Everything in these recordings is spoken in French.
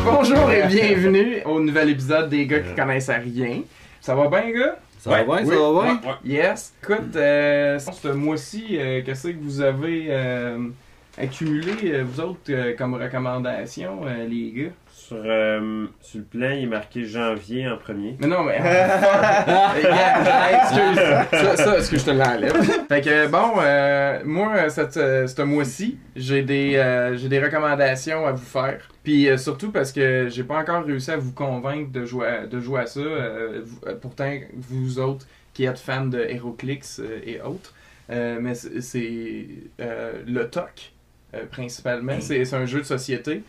Bonjour et bienvenue au nouvel épisode des gars qui connaissent rien. Ça va bien, gars? Ça va bien, ça va bien? Yes. Écoute, ce mois-ci, qu'est-ce que vous avez accumulé, vous autres, comme recommandation, les gars? Sur le plan, il est marqué janvier en premier. Mais non, mais... excuse, je te l'enlève. Fait que, bon, moi, ce mois-ci, j'ai des recommandations à vous faire. Puis surtout parce que j'ai pas encore réussi à vous convaincre de jouer à ça. Pourtant, vous autres qui êtes fans de HeroClix et autres. Mais c'est le TOC, principalement. C'est un jeu de société.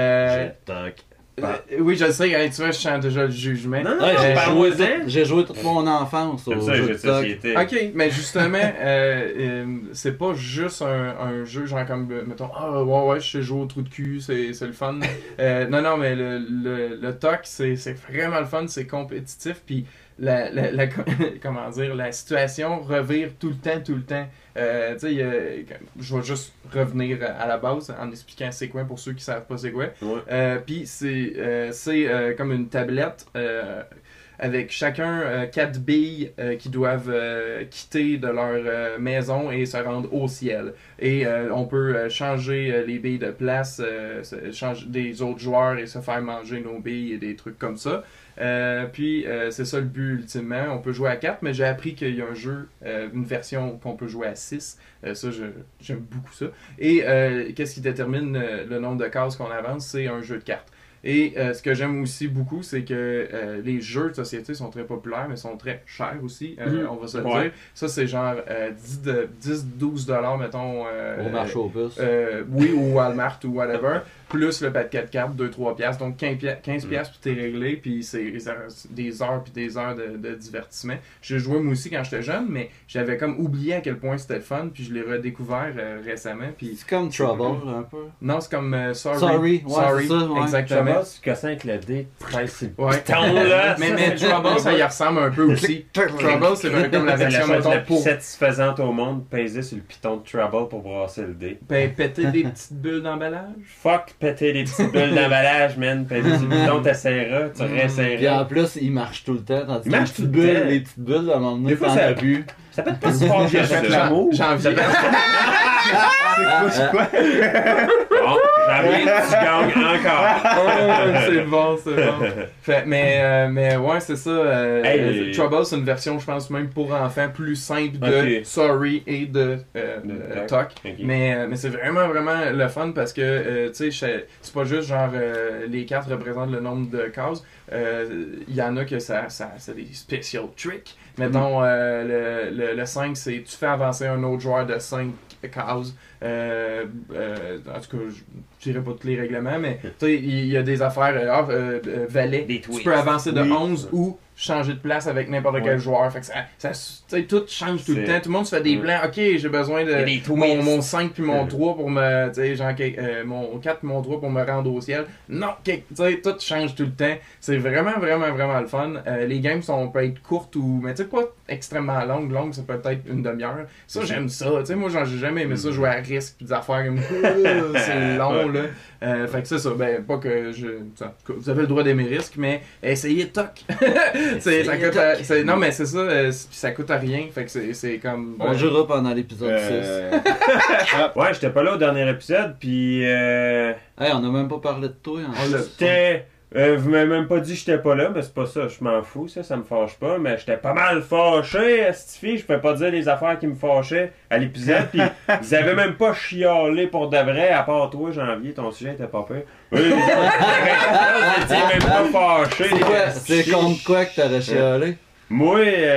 Oui, je sais, tu vois, je sens déjà le jugement. Non, j'ai joué toute mon enfance au jeu de société. Ok, mais justement, c'est pas juste un jeu genre comme, mettons, ouais, je sais jouer au trou de cul, c'est le fun. Non, mais le TOC, c'est vraiment le fun, c'est compétitif, puis comment dire, la situation revire tout le temps. Tu sais, je vais juste revenir à la base en expliquant c'est quoi pour ceux qui savent pas c'est quoi. Ouais. Puis c'est comme une tablette avec chacun 4 billes qui doivent quitter de leur maison et se rendre au ciel. Et on peut changer les billes de place, changer des autres joueurs et se faire manger nos billes et des trucs comme ça. Puis c'est ça le but ultimement. On peut jouer à 4, mais j'ai appris qu'il y a un jeu, une version qu'on peut jouer à 6. Ça, j'aime beaucoup ça. Et qu'est-ce qui détermine le nombre de cases qu'on avance? C'est un jeu de cartes. Et ce que j'aime aussi beaucoup, c'est que les jeux de société sont très populaires, mais sont très chers aussi, on va se le dire. Ça, c'est genre 10-12$, mettons. Au marché aux puces. Oui, ou Walmart ou whatever. Plus le pack 4 cartes, 2-3$. Donc 15$, puis t'es réglé. Puis c'est des heures puis des heures de divertissement. J'ai joué moi aussi quand j'étais jeune, mais j'avais comme oublié à quel point c'était le fun. Puis je l'ai redécouvert récemment. Puis c'est comme Trouble, un peu. Non, c'est comme Sorry. Sorry, c'est ça, ouais. Exactement. Trouble, c'est que 5 le dé, 13 ouais. piton, là. mais Trouble, ça y ressemble un peu aussi. Trouble, c'est vraiment comme la version, la mettons, plus satisfaisante au monde, peser sur le piton de Trouble pour brasser le dé. Péter des petites bulles d'emballage. Fuck, péter des petites bulles d'emballage, man. Peser sur le piton, t'essaieras, tu réessayeras. Puis en plus, il marche tout le temps. Il marche tout le temps. Les petites bulles, à un moment donné, des fois, ça a bu. Ça peut être pas si fort que J'ai fait l'amour. Janvier. C'est quoi? Bon, janvier, tu gagnes encore. C'est bon. Fait, mais ouais, c'est ça. Trouble, c'est une version, je pense, même pour enfants, plus simple de Sorry et de TOC. Okay. Mais c'est vraiment le fun parce que, tu sais, c'est pas juste genre les cartes représentent le nombre de cases. Il y en a que ça c'est des special tricks. Mettons, le 5, c'est tu fais avancer un autre joueur de 5 cases. En tout cas, je dirais pas tous les règlements, mais tu sais, il y a des affaires. Valet, tu peux avancer de 11 ou changer de place avec n'importe quel joueur. Fait que ça tout change tout le temps. Tout le monde se fait des plans. Ok, j'ai besoin de mon 5 puis mon 3 pour me. Tu sais, genre mon 4 puis mon 3 pour me rendre au ciel. Non, tu sais, tout change tout le temps. C'est vraiment le fun. Les games peuvent être courtes ou. Mais tu sais, pas extrêmement longues. Longues, ça peut être une demi-heure. Ça, j'aime ça. Tu sais, moi, j'ai jamais aimé ça jouer à risque puis des affaires comme. C'est long, là. Fait que c'est ça. Ben, pas que vous avez le droit d'aimer risque, mais essayez TOC. Non, mais c'est ça, ça coûte à rien, fait que c'est comme... On jouera pendant l'épisode 6. Ouais, j'étais pas là au dernier épisode, pis... Hey, on a même pas parlé de toi. Vous m'avez même pas dit que j'étais pas là, mais c'est pas ça, je m'en fous, ça me fâche pas, mais j'étais pas mal fâché à cette fille, je pouvais pas dire les affaires qui me fâchaient à l'épisode, pis ils avaient même pas chialé pour de vrai, à part toi, Janvier, ton sujet était pas pire. Oui, j'étais même pas fâché. C'est contre quoi que t'aurais chialé? Moi,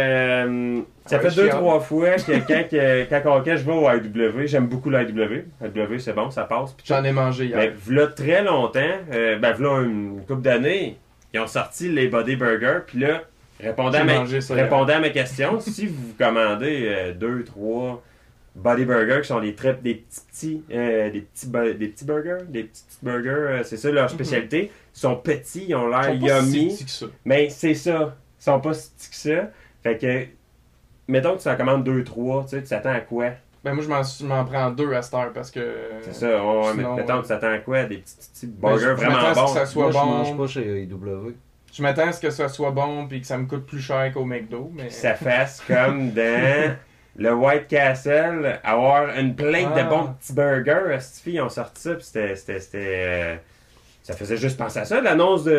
ça fait 2-3 fois que quand je vais au IW, j'aime beaucoup l'IW. IW, c'est bon, ça passe. J'en ai mangé hier. Mais v'là très longtemps, v'là une couple d'années, ils ont sorti les Body Burgers, puis là, répondez à mes questions. Si vous commandez 2-3 Body Burgers, qui sont des petits burgers, c'est ça leur spécialité. Ils sont petits, ils ont l'air yummy. Mais c'est ça. Ils sont pas si petits que ça. Fait que, mettons que tu en commandes 2-3, tu sais, tu t'attends à quoi? Ben moi, je m'en prends 2 à cette heure parce que... C'est ça, sinon, mais mettons, tu t'attends à quoi? Des petits burgers vraiment bons? Que ça soit bon. Je mange pas chez IW. Je m'attends à ce que ça soit bon puis que ça me coûte plus cher qu'au McDo, mais... Que ça fasse comme dans le White Castle, avoir une plate de bons petits burgers. Cette fille, ils ont sorti ça, puis c'était ça faisait juste penser à ça. L'annonce du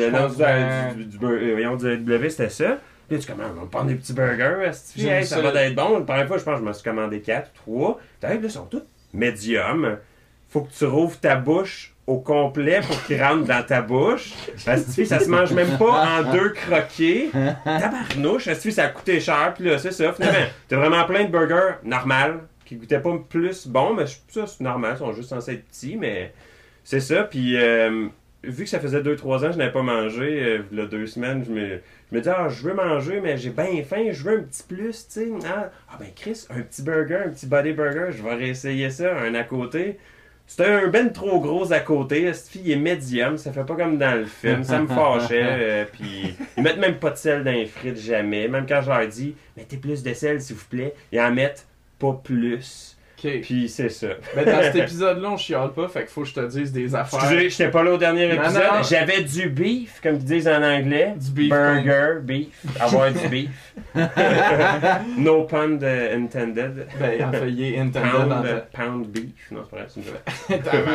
W, c'était ça. Puis tu commandes, on va prendre des petits burgers. Hey, ça va être bon. La première fois, je pense que je me suis commandé 4 ou 3. Là, ils sont tous médium. Faut que tu rouvres ta bouche au complet pour qu'ils rentrent dans ta bouche. Parce que ça se mange même pas en 2 croquets. Tabarnouche, ça a coûté cher. Puis là, c'est ça. Finalement, t'as vraiment plein de burgers normaux qui goûtaient pas plus bon. Mais ça, c'est normal. Ils sont juste censés être petits. Mais c'est ça. Puis vu que ça faisait 2-3 ans que je n'avais pas mangé, il y a 2 semaines, je me dis, je veux manger, mais j'ai bien faim, je veux un petit plus, tu sais. Ben Chris, un petit burger, un petit body burger, je vais réessayer ça, un à côté. C'était un ben trop gros à côté, cette fille est médium, ça fait pas comme dans le film, ça me fâchait. Puis ils mettent même pas de sel dans les frites, jamais. Même quand je leur dis, mettez plus de sel s'il vous plaît, ils en mettent pas plus. Okay. Puis c'est ça. Mais dans cet épisode-là, on chiale pas, fait qu'il faut que je te dise des affaires. Excusez, j'étais pas là au dernier épisode. Non. J'avais du beef, comme ils disent en anglais. Du beef. Burger, beef. Avoir du beef. No pun intended. Ben, en fait, il est intended. Pound beef. Non, c'est pas vrai,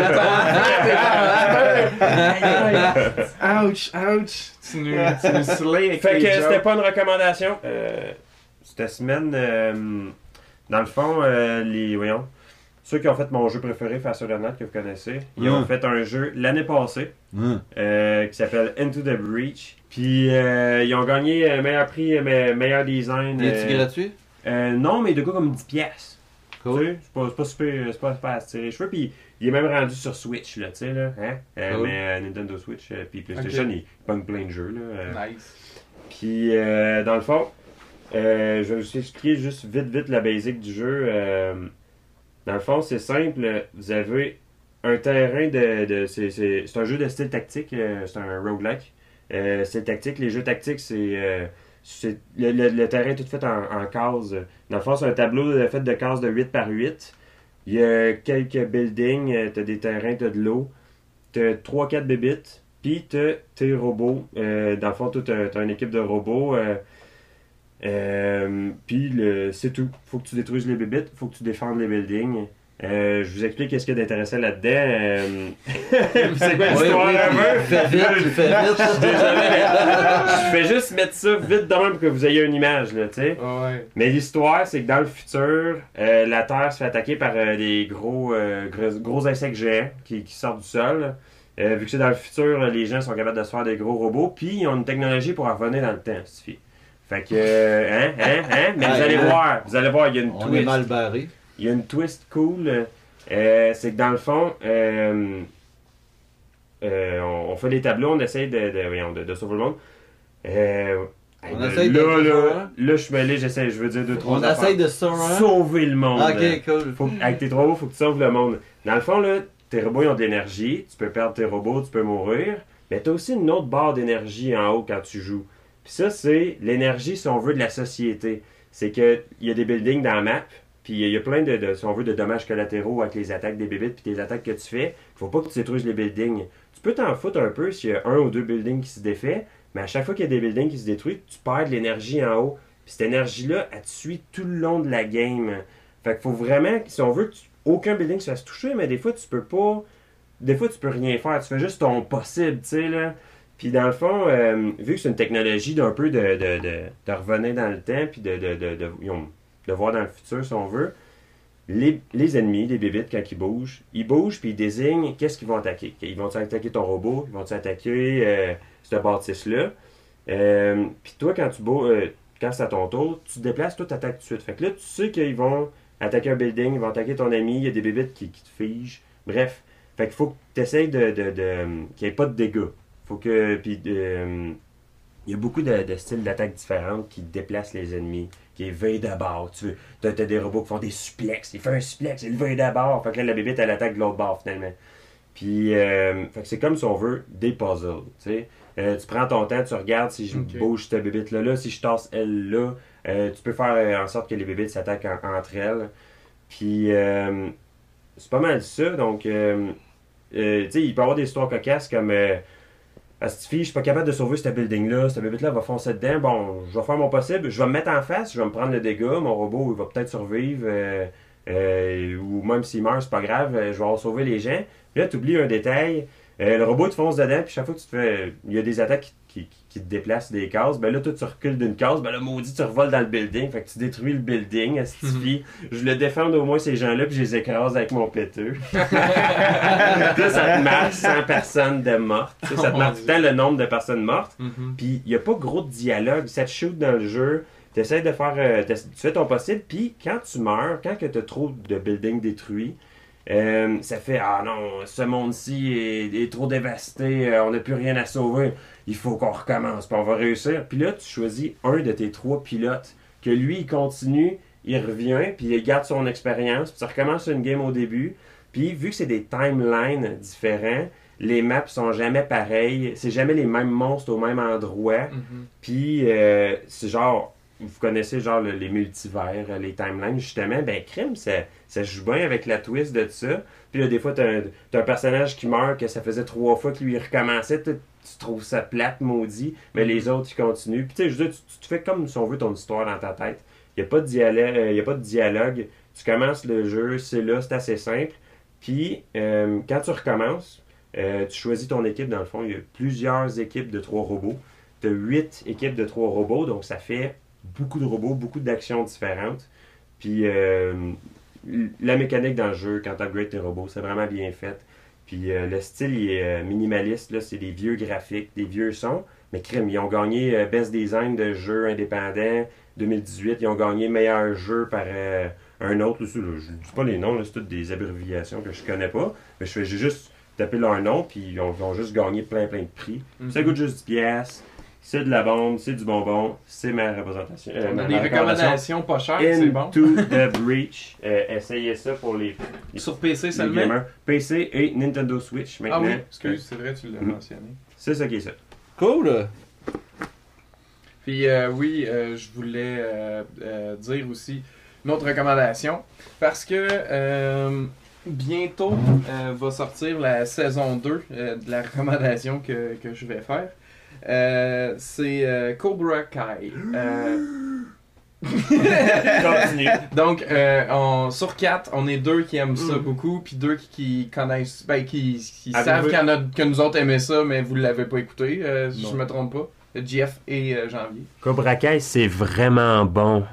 Ouch. Tu nous slay avec fait que jokes. c'était pas une recommandation. Cette semaine... Dans le fond, ceux qui ont fait mon jeu préféré face au Renat que vous connaissez, ils ont fait un jeu l'année passée qui s'appelle Into the Breach. Puis ils ont gagné meilleur prix, meilleur design. Est-il gratuit? Non, mais de quoi comme 10 pièces. Cool. C'est pas super, c'est pas à se tirer les cheveux. Puis il est même rendu sur Switch, là, tu sais, là. Cool. Mais Nintendo Switch, puis PlayStation, il pogne plein de jeux, là. Nice. Puis dans le fond, je vais vous expliquer juste vite la basique du jeu. Dans le fond, c'est simple. Vous avez un terrain c'est un jeu de style tactique. C'est un roguelike. Style tactique. Les jeux tactiques, c'est le terrain est tout fait en cases. Dans le fond, c'est un tableau fait de cases de 8 par 8. Il y a quelques buildings. T'as des terrains, t'as de l'eau. T'as 3-4 bébites. Puis t'as tes robots. Dans le fond, t'as une équipe de robots. Puis c'est tout. Faut que tu détruises les bébites, faut que tu défendes les buildings. Je vous explique qu'est-ce qu'il y a d'intéressant là-dedans. C'est quoi l'histoire un peu? Fais vite. Désolé. Je fais juste mettre ça vite dans pour que vous ayez une image, là, tu sais. Ouais. Mais l'histoire, c'est que dans le futur, la Terre se fait attaquer par des gros insectes géants qui sortent du sol. Vu que c'est dans le futur, les gens sont capables de se faire des gros robots, puis ils ont une technologie pour en revenir dans le temps, cette fille. Fait que, mais vous allez voir, il y a une twist. On est mal barré. Il y a une twist cool. C'est que dans le fond, on fait des tableaux, on essaye de sauver le monde. On essaye là, je suis mêlé, je veux dire 2-3 On essaye de sauver le monde. Ok, cool. Avec tes 3 robots, il faut que tu sauves le monde. Dans le fond, là, tes robots ils ont de l'énergie, tu peux perdre tes robots, tu peux mourir, mais tu as aussi une autre barre d'énergie en haut quand tu joues. Puis ça, c'est l'énergie, si on veut, de la société. C'est qu'il y a des buildings dans la map, puis il y a plein si on veut, de dommages collatéraux avec les attaques des bébites puis les attaques que tu fais. Il faut pas que tu détruises les buildings. Tu peux t'en foutre un peu s'il y a 1 ou 2 buildings qui se défait, mais à chaque fois qu'il y a des buildings qui se détruisent, tu perds de l'énergie en haut. Puis cette énergie-là, elle te suit tout le long de la game. Fait qu'il faut vraiment, si on veut, aucun building se fasse toucher, mais des fois, tu peux pas... Des fois, tu peux rien faire. Tu fais juste ton possible, tu sais, là. Puis dans le fond, vu que c'est une technologie d'un peu de revenir dans le temps, puis de voir dans le futur, si on veut, les ennemis, les bébites, quand ils bougent puis ils désignent qu'est-ce qu'ils vont attaquer. Ils vont attaquer ton robot, ils vont attaquer cette bâtisse-là. Puis toi, quand c'est à ton tour, tu te déplaces, toi, tu attaques tout de suite. Fait que là, tu sais qu'ils vont attaquer un building, ils vont attaquer ton ami, il y a des bébites qui te figent. Bref, fait qu'il faut que tu essayes qu'il n'y ait pas de dégâts. Faut que. Puis, il y a beaucoup de styles d'attaque différents qui déplacent les ennemis. Qui est veille d'abord. Tu as des robots qui font des suplexes. Il fait un suplex, il veille d'abord. Fait que là, la bébête, elle attaque de l'autre bord, finalement. Puis, fait que c'est comme si on veut des puzzles. Tu prends ton temps, tu regardes si je bouge cette bébête là, si je tasse elle là. Tu peux faire en sorte que les bébites s'attaquent entre elles. Puis, c'est pas mal ça. Donc, tu sais, il peut y avoir des histoires cocasses comme... à cette fille, je suis pas capable de sauver ce building-là, cette bébête-là va foncer dedans. Bon, je vais faire mon possible, je vais me mettre en face, je vais me prendre le dégât, mon robot il va peut-être survivre, ou même s'il meurt, c'est pas grave, je vais en sauver les gens. Puis là, tu oublies un détail, le robot te fonce dedans, puis chaque fois que tu te fais. Il y a des attaques qui te déplacent des cases, ben là, toi, tu recules d'une case, ben là, maudit, tu revoles dans le building, fait que tu détruis le building, à cette fille. Je le défends au moins ces gens-là, puis je les écrase avec mon péteux. Là, ça te marque 100 personnes de mortes. Ça te marque tout le temps le nombre de personnes mortes. Puis il n'y a pas gros de dialogue. Ça te shoot dans le jeu. Tu essaies de faire. Tu fais ton possible. Puis quand tu meurs, quand tu as trop de buildings détruits, ça fait ah non, ce monde-ci est trop dévasté, on n'a plus rien à sauver, il faut qu'on recommence, puis on va réussir. Puis là, tu choisis un de tes 3 pilotes, que lui, il continue, il revient, puis il garde son expérience, puis tu recommences une game au début. Puis vu que c'est des timelines différents, les maps sont jamais pareilles, c'est jamais les mêmes monstres au même endroit. Puis c'est genre, vous connaissez genre les multivers, les timelines, justement, ben crime, ça joue bien avec la twist de ça. Puis là, des fois, t'as un personnage qui meurt, que ça faisait 3 fois que lui il recommençait, tu trouves ça plate, maudit, mais les autres, ils continuent. Puis tu sais, je veux dire, tu te fais comme si on veut ton histoire dans ta tête. Il n'y a pas de dialogue, tu commences le jeu, c'est là, c'est assez simple. Puis, quand tu recommences, tu choisis ton équipe, dans le fond, il y a plusieurs équipes de 3 robots. Tu as 8 équipes de 3 robots, donc ça fait beaucoup de robots, beaucoup d'actions différentes. Puis la mécanique dans le jeu, quand tu upgrades tes robots, c'est vraiment bien fait. Puis le style il est minimaliste, là, c'est des vieux graphiques, des vieux sons. Mais crème, ils ont gagné Best Design de jeu indépendant 2018. Ils ont gagné meilleur jeu par un autre aussi. Là, je ne dis pas les noms, là, c'est toutes des abréviations que je connais pas. Mais j'ai juste tapé leur nom, puis ils ont juste gagné plein de prix. Ça coûte juste 10 piastres. C'est de la bombe, c'est du bonbon, c'est ma représentation. On a des recommandations pas chères, c'est bon. Into the Breach. Essayez ça pour les sur PC seulement. PC et Nintendo Switch maintenant. Ah oui, excuse, c'est vrai, tu l'as mentionné. C'est ça qui est ça. Cool! Puis oui, je voulais dire aussi une autre recommandation, parce que bientôt va sortir la saison 2 de la recommandation que je vais faire. C'est Cobra Kai. Continue. Donc, sur 4, on est 2 qui aiment ça beaucoup, puis 2 qui connaissent, qui savent que nous autres aimons ça, mais vous ne l'avez pas écouté, si je me trompe pas. Jeff et Janvier. Cobra Kai, c'est vraiment bon.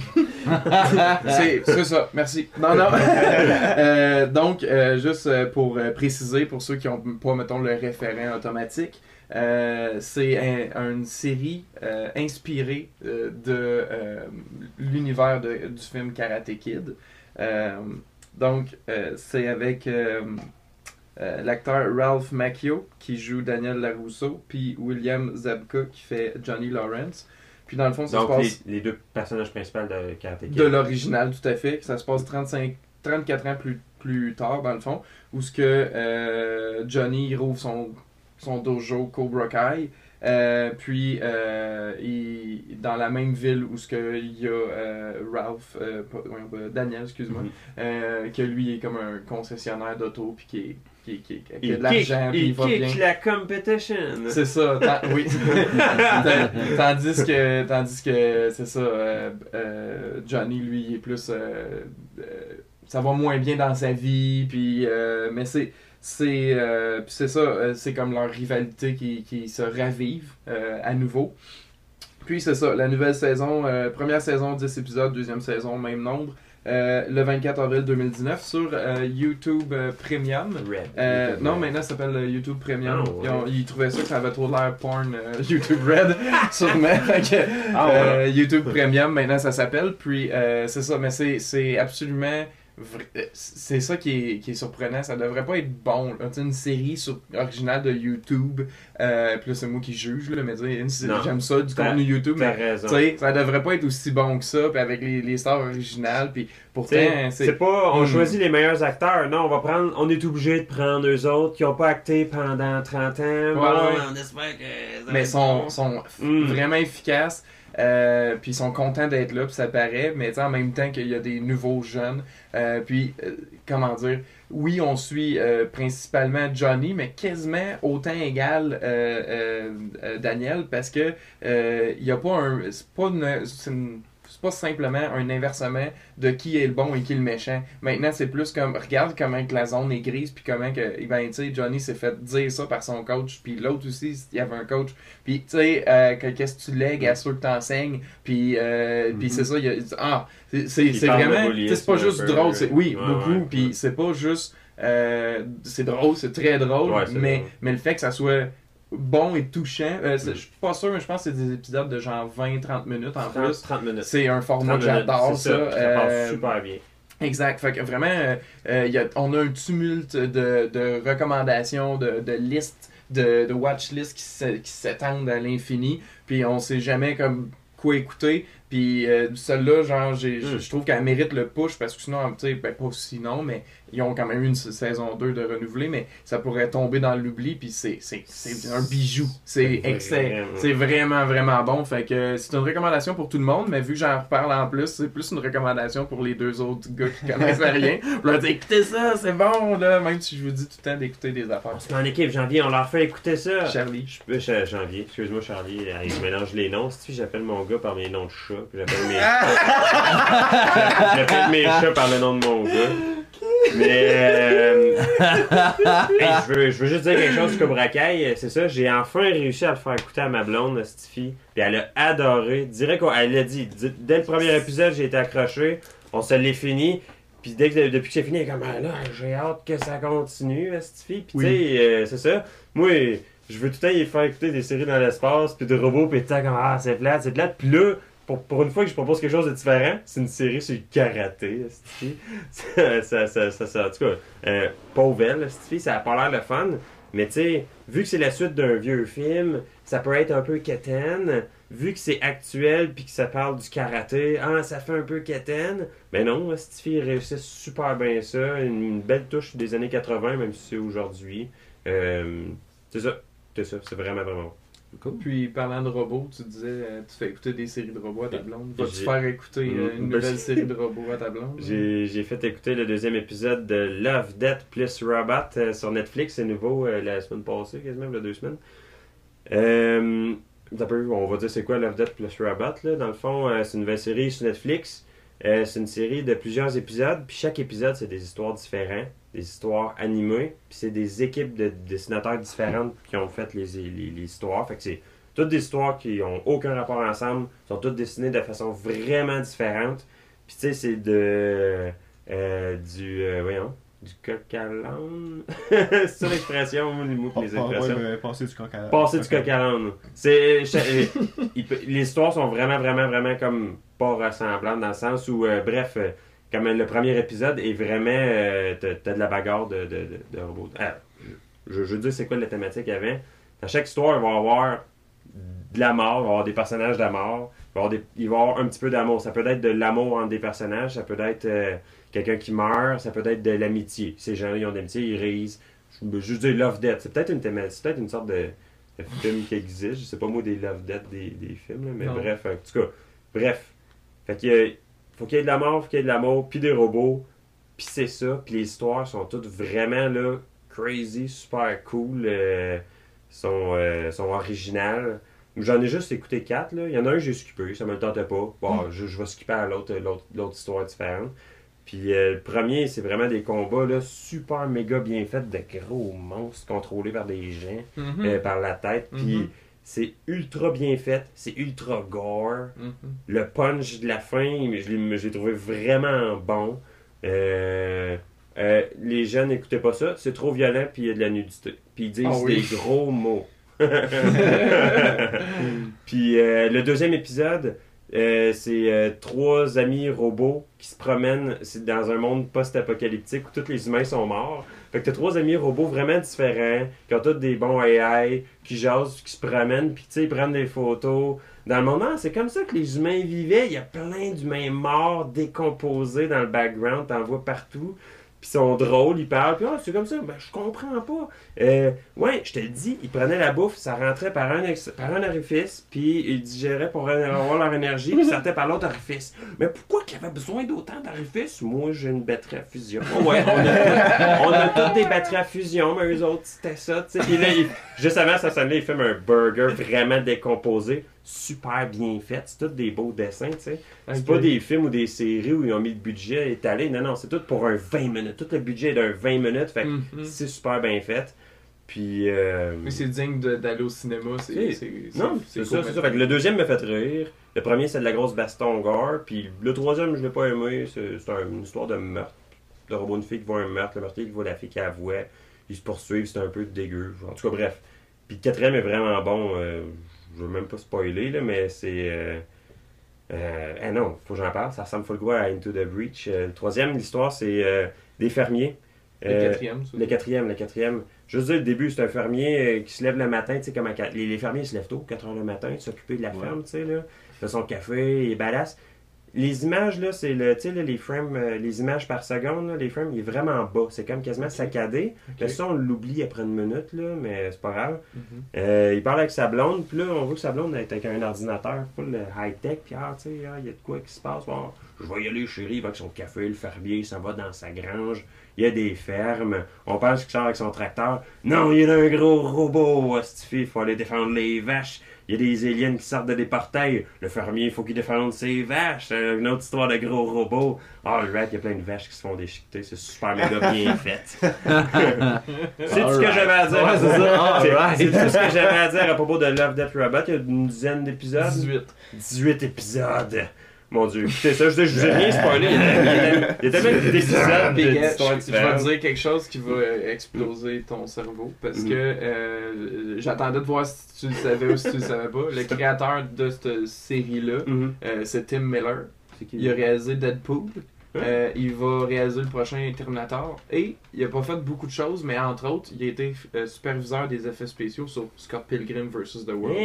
c'est ça, merci. Non. Donc, juste pour préciser, pour ceux qui n'ont pas, mettons, le référent automatique, c'est une série inspirée de l'univers du film Karate Kid. Donc, c'est avec l'acteur Ralph Macchio qui joue Daniel LaRusso, puis William Zabka qui fait Johnny Lawrence. Puis dans le fond, ça se passe... les 2 personnages principaux de Karate Kid. De l'original, tout à fait. Ça se passe 34 ans plus tard, dans le fond, où ce que Johnny il rouvre son dojo Cobra Kai. Puis dans la même ville où il y a Ralph, Daniel, excuse-moi, que lui est comme un concessionnaire d'auto, puis qui a de l'argent, puis il va bien. Il la competition. C'est ça, oui. tandis que c'est ça, Johnny, lui, il est plus... ça va moins bien dans sa vie, puis mais c'est ça, c'est comme leur rivalité qui se ravive à nouveau. Puis c'est ça, la nouvelle saison, première saison 10 épisodes, deuxième saison même nombre, le 24 avril 2019 sur YouTube Premium. Non, maintenant ça s'appelle YouTube Premium. Ils trouvaient ça que ça avait trop l'air porn YouTube Red, sûrement. YouTube Premium, maintenant ça s'appelle. Puis c'est ça, mais c'est absolument... C'est ça qui est surprenant, ça devrait pas être bon là. Une série originale de YouTube, puis là c'est moi qui juge là, mais j'aime ça du contenu YouTube, mais ça devrait pas être aussi bon que ça, puis avec les stars originales, puis pourtant c'est pas on choisit les meilleurs acteurs, non, on est obligé de prendre eux autres qui ont pas acté pendant 30 ans, on espère que mais sont vraiment efficaces. Puis ils sont contents d'être là, puis ça paraît, mais en même temps qu'il y a des nouveaux jeunes. Comment dire, oui, on suit principalement Johnny, mais quasiment autant égal Daniel, parce que il y a pas un... C'est pas simplement un inversement de qui est le bon et qui est le méchant. Maintenant, c'est plus comme, regarde comment que la zone est grise, puis comment que, tu sais, Johnny s'est fait dire ça par son coach, puis l'autre aussi, il y avait un coach. Puis, tu sais, qu'est-ce que tu lègues à ceux que t'enseignes, puis c'est ça, c'est vraiment, c'est pas juste drôle, beaucoup, puis c'est pas juste, c'est drôle, c'est très drôle, mais le fait que ça soit bon et touchant. Je suis pas sûr, mais je pense que c'est des épisodes de genre 20-30 minutes en plus. 30 minutes. C'est un format que j'adore, ça. Ça passe super bien. Exact. Fait que vraiment, on a un tumulte de recommandations, de listes, de watch-lists qui s'étendent à l'infini. Puis on sait jamais comme quoi écouter. Puis celle-là, genre, je trouve qu'elle mérite le push parce que sinon, tu sais, pas sinon, mais ils ont quand même eu une saison 2 de renouveler, mais ça pourrait tomber dans l'oubli, puis c'est un bijou. C'est excellent. C'est vraiment, vraiment bon. Fait que c'est une recommandation pour tout le monde, mais vu que j'en reparle en plus, c'est plus une recommandation pour les deux autres gars qui connaissent rien. Je leur dis, écoutez ça, c'est bon, là, même si je vous dis tout le temps d'écouter des affaires. C'est en équipe, Janvier, on leur fait écouter ça. Charlie. Janvier, excuse-moi, Charlie, je mélange les noms. Si j'appelle mon gars par mes noms de chat, puis j'appelle mes chats par le nom de mon gars. Mais je veux juste dire quelque chose sur Cobra Kai, c'est ça, j'ai enfin réussi à le faire écouter à ma blonde, Stiffy, puis elle a adoré, direct elle l'a dit, dès le premier épisode j'ai été accroché, on se l'est fini, puis depuis que c'est fini, elle est comme là, j'ai hâte que ça continue, Stiffy, puis tu sais, c'est ça, moi je veux tout le temps y faire écouter des séries dans l'espace, puis de robots, puis tout le temps comme c'est plate, puis là, pour une fois que je propose quelque chose de différent, c'est une série sur le karaté, ça, en tout cas, pauvre elle, ça a pas l'air le fun, mais tu sais, vu que c'est la suite d'un vieux film, ça peut être un peu quétaine, vu que c'est actuel puis que ça parle du karaté, ça fait un peu quétaine, mais non, Stiffy réussit super bien ça, une belle touche des années 80, même si c'est aujourd'hui, c'est ça, c'est vraiment, vraiment bon. Cool. Puis, parlant de robots, tu disais, tu fais écouter des séries de robots à ta blonde. Vas-tu faire écouter une nouvelle série de robots à ta blonde? J'ai fait écouter le deuxième épisode de Love, Death plus Robot sur Netflix. C'est nouveau la semaine passée, quasiment, il y a 2 semaines. On va dire c'est quoi Love, Death plus Robot, là. Dans le fond, c'est une nouvelle série sur Netflix. C'est une série de plusieurs épisodes. Puis chaque épisode, c'est des histoires différentes. Des histoires animées, puis c'est des équipes de dessinateurs différentes qui ont fait les histoires. Fait que c'est toutes des histoires qui ont aucun rapport ensemble, sont toutes dessinées de façon vraiment différente. Puis tu sais, c'est du coq à l'âne. C'est ça l'expression, les mots les expressions. Passer du coq à l'âne. Passer du coq à l'âne. Les histoires sont vraiment, vraiment, vraiment comme pas ressemblantes dans le sens où, comme le premier épisode est vraiment... t'as de la bagarre de robots. Je veux dire c'est quoi la thématique avant. Dans chaque histoire, il va y avoir de la mort, il va y avoir des personnages de la mort, il va y avoir un petit peu d'amour. Ça peut être de l'amour entre des personnages, ça peut être quelqu'un qui meurt, ça peut être de l'amitié. Ces gens-là, ils ont de l'amitié, ils risent. Je veux juste dire Love Death. C'est peut-être une thématique, c'est peut-être une sorte de film qui existe. Je sais pas moi des Love Death des films, là, mais non. Bref, en tout cas, Fait qu'il faut qu'il y ait de la mort, faut qu'il y ait de l'amour, puis des robots, puis c'est ça. Puis les histoires sont toutes vraiment là, crazy, super cool, sont originales. J'en ai juste écouté 4, là. Il y en a un que j'ai skippé, ça me le tentait pas. Bon, je vais skipper à l'autre histoire différente. Puis le premier, c'est vraiment des combats là, super méga bien faits, de gros monstres contrôlés par des gens, par la tête. Puis c'est ultra bien fait, c'est ultra gore. Le punch de la fin, je l'ai trouvé vraiment bon. Les jeunes n'écoutaient pas ça, c'est trop violent, puis il y a de la nudité. Puis ils disent des gros mots. Puis le deuxième épisode, c'est 3 amis robots qui se promènent dans un monde post-apocalyptique où tous les humains sont morts. Fait que t'as 3 amis robots vraiment différents, qui ont tous des bons AI, qui jasent, qui se promènent, puis tu sais, ils prennent des photos. Dans le moment, c'est comme ça que les humains vivaient. Il y a plein d'humains morts, décomposés dans le background, t'en vois partout. Puis ils sont drôles, ils parlent, puis c'est comme ça, ben je comprends pas. Ouais, je te le dis, ils prenaient la bouffe, ça rentrait par un orifice, puis ils digéraient pour avoir leur énergie, puis ça sortait par l'autre orifice. Mais pourquoi qu'il y avait besoin d'autant d'orifices? Moi, j'ai une batterie à fusion. Oh ouais, on a toutes des batteries à fusion, mais eux autres, c'était ça, tu sais. Puis là, juste avant sa scène-là, ils filment un burger vraiment décomposé, super bien fait. C'est tous des beaux dessins, tu sais. C'est pas des films ou des séries où ils ont mis le budget étalé. Non, c'est tout pour un 20 minutes. Tout le budget est d'un 20 minutes, fait que c'est super bien fait. Puis. Mais c'est digne d'aller au cinéma. Non, c'est ça. Fait que le deuxième me fait rire. Le premier, c'est de la grosse baston gore. Puis le troisième, je l'ai pas aimé. C'est une histoire de meurtre. Le robot, une fille qui voit un meurtre, le meurtrier qui voit la fille qui avouait. Ils se poursuivent, c'est un peu dégueu. En tout cas, bref. Puis le quatrième est vraiment bon. Je veux même pas spoiler, là, mais c'est. Non, faut que j'en parle. Ça ressemble full gros à Into the Breach. Le troisième, l'histoire, c'est des fermiers. Le quatrième. Je veux dire, le début, c'est un fermier qui se lève le matin, tu sais, comme les fermiers se lèvent tôt, 4 h le matin, s'occuper de la ferme, tu sais, là. Fait son café, il balasse. Les images, là, c'est le, tu sais, les frames, les images par seconde, là, les frames, il est vraiment bas. C'est comme quasiment saccadé. Okay. Ça, on l'oublie après une minute, là, mais c'est pas grave. Il parle avec sa blonde, puis là, on voit que sa blonde est avec un ordinateur full high-tech, puis tu sais, il y a de quoi qui se passe. Bon, je vais y aller, chérie, il va avec son café, le fermier, il s'en va dans sa grange. Il y a des fermes. On pense qu'il sort avec son tracteur. Non, il y a un gros robot, il faut aller défendre les vaches. Il y a des aliens qui sortent de des portails. Le fermier, il faut qu'il défende ses vaches. C'est une autre histoire de gros robots. Le rat, il y a plein de vaches qui se font déchiqueter. C'est super méga bien fait. C'est tout ce que j'avais à dire. Ouais, c'est tout ce que j'avais à dire à propos de Love, Death, Robot. Il y a une dizaine d'épisodes. 18 épisodes. Mon Dieu. C'est ça, je vous ai rien spoilé. Il y a tellement d'épisodes d'histoires différentes. Je vais te dire quelque chose qui va exploser ton cerveau. Parce que j'attendais de voir si tu le savais ou si tu le savais pas. Le créateur de cette série-là, c'est Tim Miller. Il a réalisé Deadpool. Il va réaliser le prochain Terminator. Et il a pas fait beaucoup de choses, mais entre autres, il a été superviseur des effets spéciaux sur Scott Pilgrim vs. The World.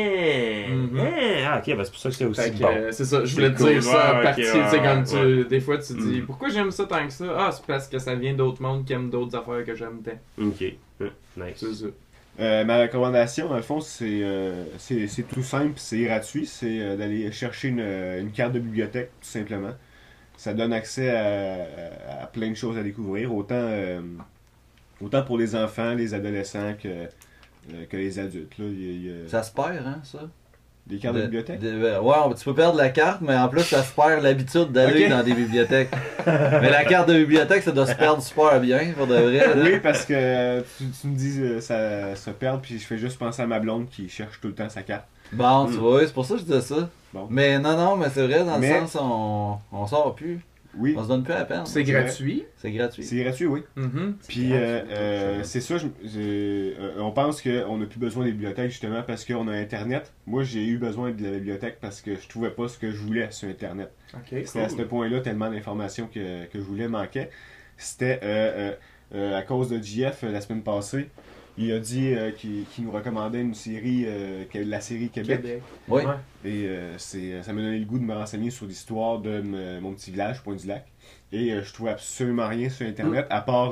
Ok, c'est pour ça que c'est aussi bon. C'est ça, je voulais te dire ça en partie. Des fois, tu te dis pourquoi j'aime ça tant que ça? C'est parce que ça vient d'autres mondes qui aiment d'autres affaires que j'aime tant. Ok, nice. C'est ça. Ma recommandation, dans le fond, c'est tout simple, c'est gratuit. C'est d'aller chercher une carte de bibliothèque, tout simplement. Ça donne accès à plein de choses à découvrir, autant pour les enfants, les adolescents que les adultes. Là. Ça se perd, hein, ça? Des cartes de bibliothèque? Ouais, tu peux perdre la carte, mais en plus, ça se perd l'habitude d'aller dans des bibliothèques. Mais la carte de bibliothèque, ça doit se perdre super bien, pour de vrai. Là. Oui, parce que tu me dis ça se perd, puis je fais juste penser à ma blonde qui cherche tout le temps sa carte. Bon, tu vois, c'est pour ça que je disais ça. Bon. Mais non, mais c'est vrai, dans le sens, on sort plus. Oui. On se donne plus la peine. C'est gratuit. C'est gratuit. C'est gratuit, oui. Puis, c'est ça, on pense qu'on n'a plus besoin des bibliothèques justement parce qu'on a Internet. Moi, j'ai eu besoin de la bibliothèque parce que je trouvais pas ce que je voulais sur Internet. C'était à ce point-là, tellement d'informations que je voulais manquait. C'était à cause de JF la semaine passée. Il a dit qu'il nous recommandait une série, la série Québec. Oui. Et ça m'a donné le goût de me renseigner sur l'histoire de mon petit village, Pointe-du-Lac. Et je trouvais absolument rien sur Internet, à part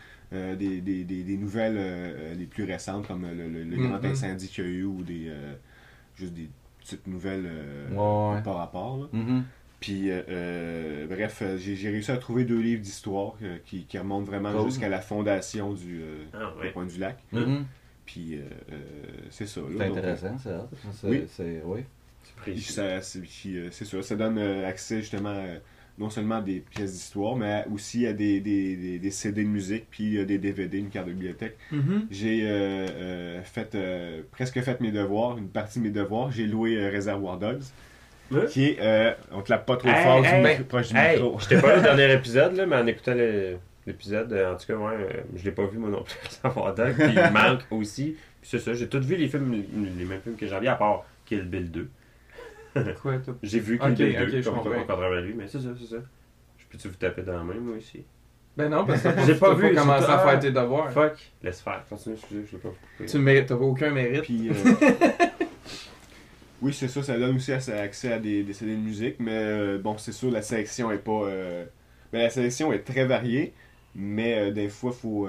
des nouvelles les plus récentes, comme le grand incendie qu'il y a eu, ou juste des petites nouvelles par rapport. Là. Puis, bref, j'ai réussi à trouver 2 livres d'histoire qui remontent vraiment jusqu'à la fondation du Pointe-du-Lac. Puis, c'est ça. C'est intéressant, ça. Oui. C'est ça. Ça donne accès justement non seulement à des pièces d'histoire, mais aussi à des CD de musique, puis des DVD, une carte de bibliothèque. J'ai presque fait mes devoirs, une partie de mes devoirs. J'ai loué Réservoir Dogs. Qui est, on clappe pas trop fort proche du micro. J'étais pas là au dernier épisode, là, mais en écoutant l'épisode, en tout cas, je l'ai pas vu moi non plus, Réservoir Dogs, puis il manque aussi. Puis c'est ça, j'ai tout vu les mêmes films que j'en ai, à part Kill Bill 2. Quoi, j'ai vu Kill Bill 2, comme on travaille lui, mais c'est ça. Je peux-tu vous taper dans la main, moi, aussi? Ben non, parce que j'ai pas vu commencer à faire tes devoirs. Fuck, laisse faire, continue, excusez, je l'ai pas coupé. Tu le mérites, t'as aucun mérite. Puis, oui, c'est ça, ça donne aussi accès à des CD de musique, mais bon, c'est sûr, la sélection est pas... la sélection est très variée, Mais des fois,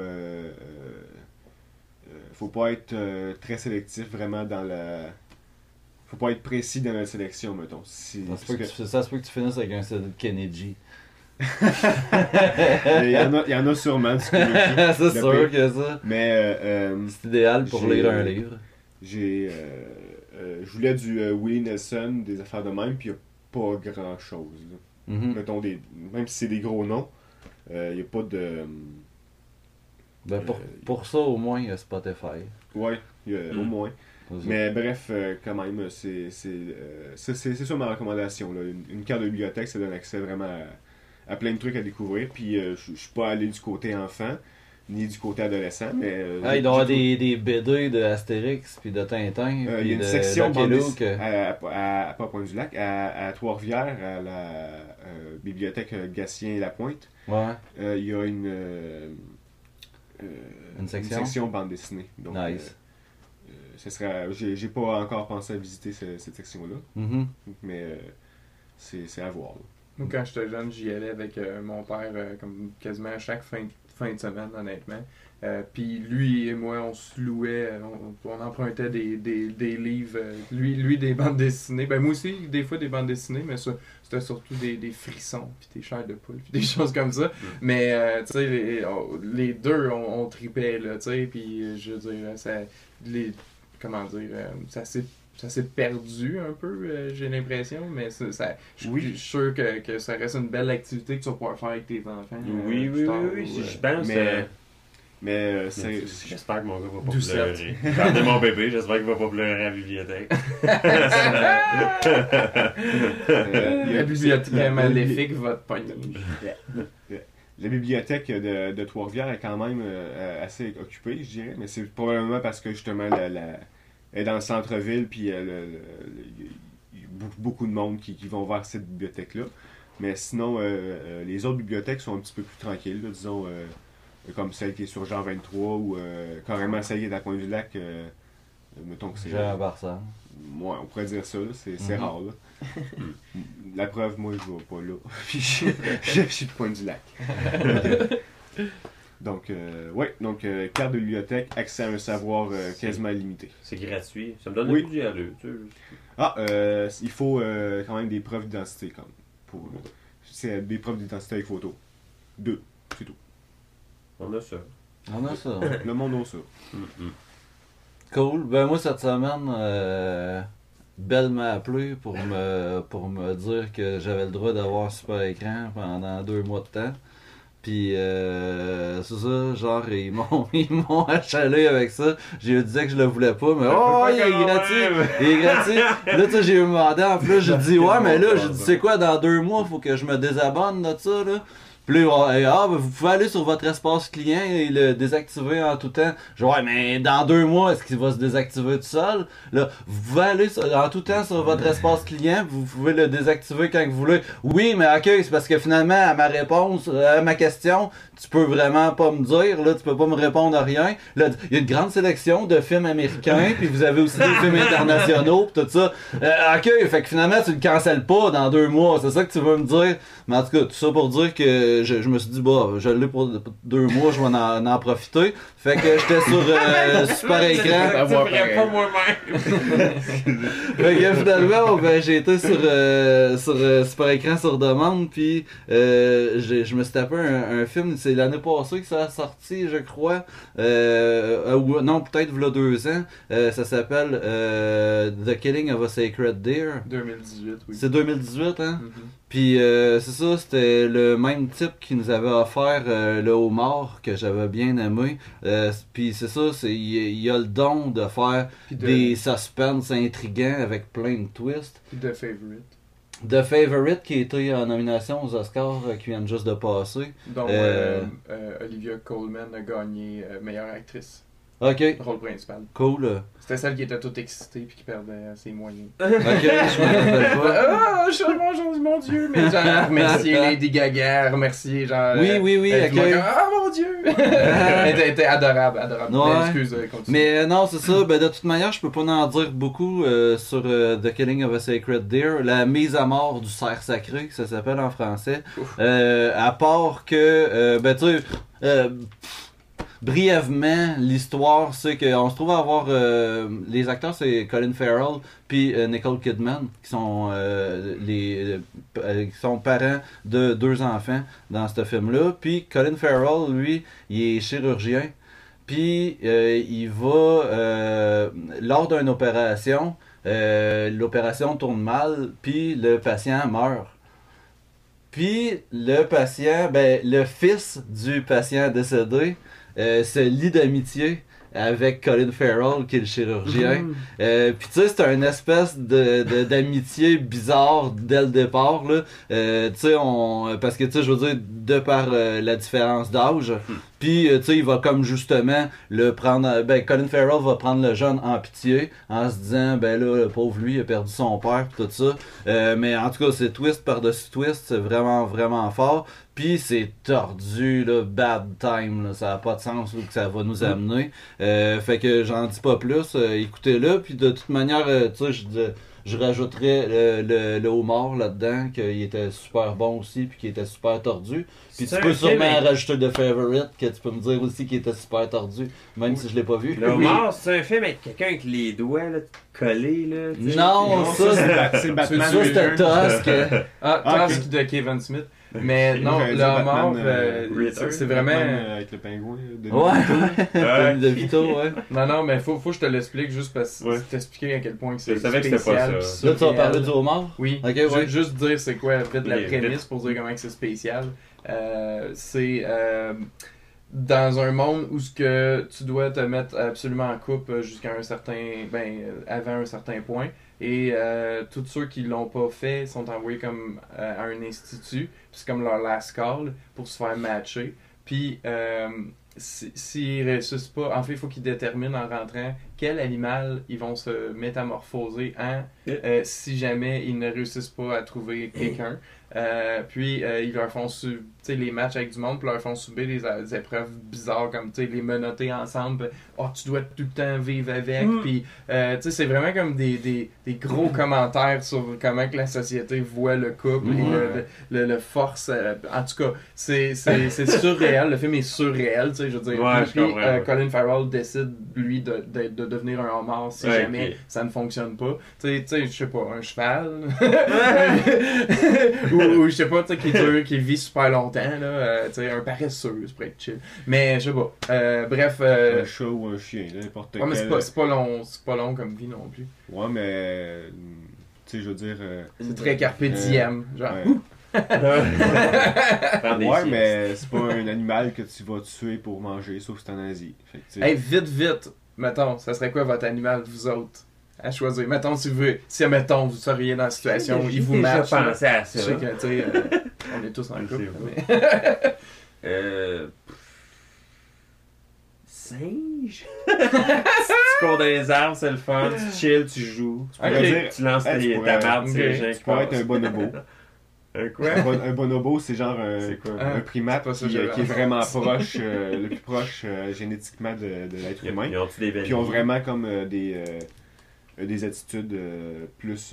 faut pas être très sélectif vraiment dans la... Faut pas être précis dans la sélection, mettons. Ça se peut que tu finisses avec un CD de Kennedy. Il y en a sûrement. C'est sûr que ça. Mais c'est idéal pour lire un livre. Je voulais du Willie Nelson, des affaires de même, puis il n'y a pas grand chose. Mettons même si c'est des gros noms, il n'y a pas de. Pour ça, au moins, il y a Spotify. Ouais, au moins. Mais bref, quand même, c'est ça ma recommandation. Là. Une carte de bibliothèque, ça donne accès vraiment à plein de trucs à découvrir. Puis je suis pas allé du côté enfant, ni du côté adolescent, mais... il doit y avoir des BD de Astérix, puis de Tintin, il y a une section à Pas-Point-du-Lac, à Trois-Rivières, à la bibliothèque Gatien-Lapointe. Ouais. Il y a une section bande dessinée. Donc, nice. J'ai pas encore pensé à visiter cette section-là, mais c'est à voir. Là. Moi, quand j'étais jeune, j'y allais avec mon père comme quasiment à chaque fin de semaine, honnêtement. Puis lui et moi, on se louait, on empruntait des livres, lui des bandes dessinées. Ben moi aussi, des fois des bandes dessinées, mais ça, c'était surtout des frissons, puis des chairs de poule, puis des choses comme ça. Mais tu sais, les deux, on tripait, là, tu sais, puis je veux dire, ça s'est perdu un peu, j'ai l'impression, mais je suis sûr que ça reste une belle activité que tu vas pouvoir faire avec tes enfants. Oui, je pense. Mais j'espère que mon gars va pas pleurer. Regardez mon bébé, j'espère qu'il va pas pleurer à la bibliothèque. La bibliothèque maléfique va te pogner. La bibliothèque de Trois-Rivières est quand même assez occupée, je dirais, mais c'est probablement parce que justement elle est dans le centre-ville, puis il y a beaucoup de monde qui vont vers cette bibliothèque-là. Mais sinon, les autres bibliothèques sont un petit peu plus tranquilles, là, disons, comme celle qui est sur Jean 23 ou carrément celle qui est à Pointe-du-Lac. Mettons que c'est. Jean Barsan. Ouais, on pourrait dire ça, là, c'est rare. Là. La preuve, moi, je vais pas là. je suis de Pointe-du-Lac. Donc, carte de bibliothèque, accès à un savoir quasiment limité. C'est gratuit. Ça me donne le goût d'y aller. Il faut quand même des preuves d'identité. C'est des preuves d'identité avec photo. 2, c'est tout. On a ça. Le monde a ça. Cool. Ben moi, cette semaine, Belle m'a appelé pour me dire que j'avais le droit d'avoir super écran pendant 2 mois de temps. Puis c'est ça, genre ils m'ont achalé avec ça. J'ai dit que je le voulais pas, mais il est gratuit. Là tu sais, j'ai demandé en plus, j'ai dit mais là, j'ai dit c'est quoi, dans 2 mois, faut que je me désabonne de ça là. Puis là, vous pouvez aller sur votre espace client et le désactiver en tout temps. Je dis, mais dans 2 mois, est-ce qu'il va se désactiver tout seul? Là, vous pouvez aller en tout temps sur votre espace client, vous pouvez le désactiver quand vous voulez. Oui, mais ok, c'est parce que finalement, à ma réponse, à ma question, tu peux vraiment pas me dire, là, tu peux pas me répondre à rien. Là, il y a une grande sélection de films américains, puis vous avez aussi des films internationaux, pis tout ça. Ok, fait que finalement, tu le cancelles pas dans 2 mois, c'est ça que tu veux me dire? Mais en tout cas, tout ça pour dire que je me suis dit, je l'ai pour 2 mois, je vais en profiter. Fait que j'étais sur super écran. Pas moi-même. Fait que finalement, j'ai été sur super écran sur demande, puis je me suis tapé un film, c'est l'année passée que ça a sorti, je crois. Non, peut-être il y a 2 ans. Ça s'appelle The Killing of a Sacred Deer. 2018, oui. C'est 2018, hein? Puis c'est ça, c'était le même type qui nous avait offert le homard que j'avais bien aimé. Puis c'est ça, il a le don de faire des suspens intrigants avec plein de twists. Puis The Favorite. The Favorite qui a été en nomination aux Oscars qui viennent juste de passer. Donc Olivia Colman a gagné meilleure actrice. Ok. Le rôle principal. Cool. C'était celle qui était toute excitée puis qui perdait ses moyens. Ok, je me rappelle pas. Je suis mon Dieu! Mais genre, remercier Lady Gaga, remercier genre... Oui, ok. Mon Dieu! Elle était adorable. Ouais. Mais excuse, continue. Mais non, c'est ça. Ben, de toute manière, je peux pas en dire beaucoup sur The Killing of a Sacred Deer. La mise à mort du cerf sacré, ça s'appelle en français. À part que, ben tu sais... brièvement, l'histoire, c'est qu'on se trouve à avoir les acteurs, c'est Colin Farrell puis Nicole Kidman qui sont qui sont parents de 2 enfants dans ce film-là. Puis Colin Farrell, lui, il est chirurgien. Puis il va lors d'une opération, l'opération tourne mal, puis le patient meurt. Puis le patient, ben le fils du patient décédé se lie d'amitié avec Colin Farrell qui est le chirurgien. Puis tu sais, c'est une espèce d'amitié bizarre dès le départ là. Tu sais, parce que tu sais, je veux dire, de par la différence d'âge. Puis tu sais, il va comme justement le prendre. Ben Colin Farrell va prendre le jeune en pitié en se disant ben là, le pauvre lui, il a perdu son père pis tout ça. Mais en tout cas, c'est twist par-dessus twist, c'est vraiment vraiment fort. Puis c'est tordu, là, bad time, là, ça n'a pas de sens où que ça va nous amener. Fait que j'en dis pas plus, écoutez-le. Puis de toute manière, tu sais, je rajouterais le homard là-dedans, qu'il était super bon aussi, puis qu'il était super tordu. Puis tu peux sûrement rajouter The Favorite, que tu peux me dire aussi qu'il était super tordu, même si je l'ai pas vu. Le homard, c'est un film avec quelqu'un avec les doigts là, collés, là. Non, ça c'est Batman. Ça c'était Tusk. Tusk de Kevin Smith. Mais non, le homard, c'est vraiment... avec le pingouin de Vito, ouais. Non, mais faut que je te l'explique juste parce que t'expliquer à quel point que c'est spécial. Que c'était pas ça. Là, tu vas parler du homard? Oui. Ok, ouais. Juste dire c'est quoi la prémisse pour dire comment c'est spécial. C'est dans un monde où ce que tu dois te mettre absolument en couple jusqu'à un certain... avant un certain point. Et tous ceux qui l'ont pas fait sont envoyés comme à un institut. C'est comme leur last call pour se faire matcher. Puis s'ils réussissent pas, en fait, il faut qu'ils déterminent en rentrant quel animal ils vont se métamorphoser en si jamais ils ne réussissent pas à trouver quelqu'un. Puis ils leur font les matchs avec du monde, puis leur font subir des épreuves bizarres comme les menotter ensemble. Oh, tu dois tout le temps vivre avec. Puis c'est vraiment comme des gros commentaires sur comment que la société voit le couple et le force. En tout cas, c'est surréel. Le film est surréel, je veux dire. Puis Colin Farrell décide lui de devenir un homard si jamais ça ne fonctionne pas. Tu sais, je sais pas, un cheval. ou je sais pas, qui vit super longtemps, là, un paresseux, ça pourrait être chill. Mais je sais pas. Bref. Un chat ou un chien, n'importe quel. Mais c'est pas long comme vie non plus. Ouais, mais. Tu sais, je veux dire. C'est très carpe diem, genre. Ouais, mais c'est pas un animal que tu vas tuer pour manger, sauf si c'est en Asie. Hey, vite, mettons, ça serait quoi votre animal, vous autres? À choisir. Mettons, si mettons, vous seriez dans la situation où il vous match. J'ai pensé à ça. Je sais que, tu sais, on est tous en couple. Singe? Tu cours dans les arbres, c'est le fun, tu chill, tu joues. Tu lances ta marde sur les gens. Tu pourrais être un bonobo. Quoi? Un bonobo, c'est genre un primate qui est vraiment proche, le plus proche génétiquement de l'être humain. Ils ont-tu des Puis ils ont vraiment comme des attitudes plus,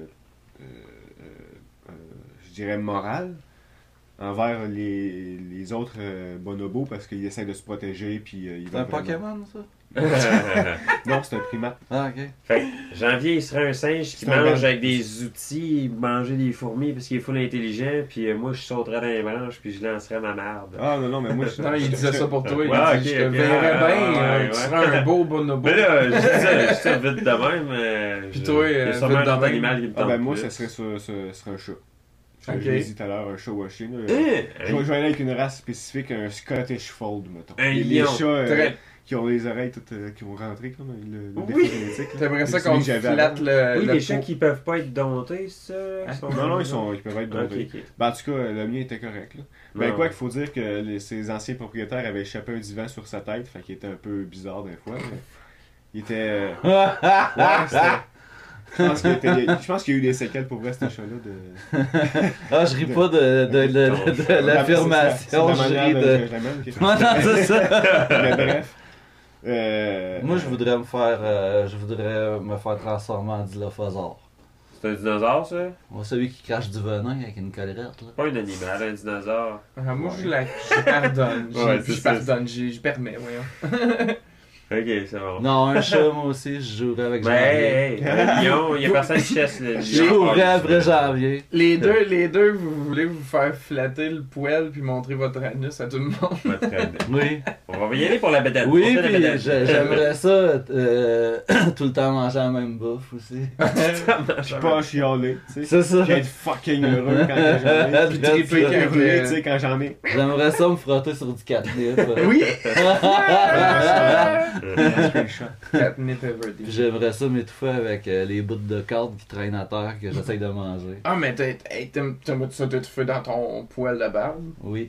je dirais, morales envers les autres bonobos parce qu'ils essaient de se protéger. Puis c'est un Pokémon, ça? Non, c'est un primate. Ah, ok. Fait que Janvier, il serait un singe qui mange avec des outils, manger des fourmis parce qu'il est full intelligent, puis moi, je sauterais dans les branches, puis je lancerais ma merde. Ah, non, mais moi, je... Non, il disait ça pour toi. Il dit, je te verrais bien, tu serais un beau bonobo. Mais là, je dis ça vite de même. Puis toi, il y a sûrement un autre animal qui me tente. Ben moi, ça serait un chat. Je l'ai dit tout à l'heure, un chat ou un chien. Je vais aller avec une race spécifique, un Scottish Fold, mettons. Un lion. qui ont les oreilles toutes qui vont rentrer comme le oui. génétique. T'aimerais ça qu'on flatte le. Oui, les chats qui peuvent pas être domptés, ça. Non, ils peuvent être domptés. Okay. Ben, en tout cas, le mien était correct. Là. Ben, quoi qu'il faut dire que ses anciens propriétaires avaient échappé un divan sur sa tête, fait qu'il était un peu bizarre des fois. Mais il était. Ouais, c'était. Je pense qu'il y a eu des séquelles pour vrai, ce chat-là. Ah, je ris pas de l'affirmation, je ris de. Non, c'est ça. Mais bref. Moi, je voudrais me faire transformer en dilophosaure. C'est un dinosaure, ça? Moi, celui qui crache du venin avec une collerette, là. Pas un animal, un dinosaure. Moi, je pardonne. Je permets, voyons. Ok, c'est bon. Non, un chat, moi aussi, je jouerais avec Janvier. Un lion, il y a personne qui chasse le lion. Je jouerais après Janvier. Les deux, vous voulez vous faire flatter le poil puis montrer votre anus à tout le monde. Votre anus. Oui. On va y aller pour la bédaine. Oui, puis j'aimerais ça tout le temps manger la même bouffe aussi. Je suis pas chialer, tu sais. C'est ça. J'ai être fucking heureux quand j'en ai. Puis triper tu sais, quand j'en ai. J'aimerais ça me frotter sur du catnip. Oui! Puis j'aimerais ça m'étouffer avec les bouts de corde qui traînent à terre que j'essaye de manger. Ah, mais t'aimes-tu ça t'étouffer dans ton poil de barbe? Oui.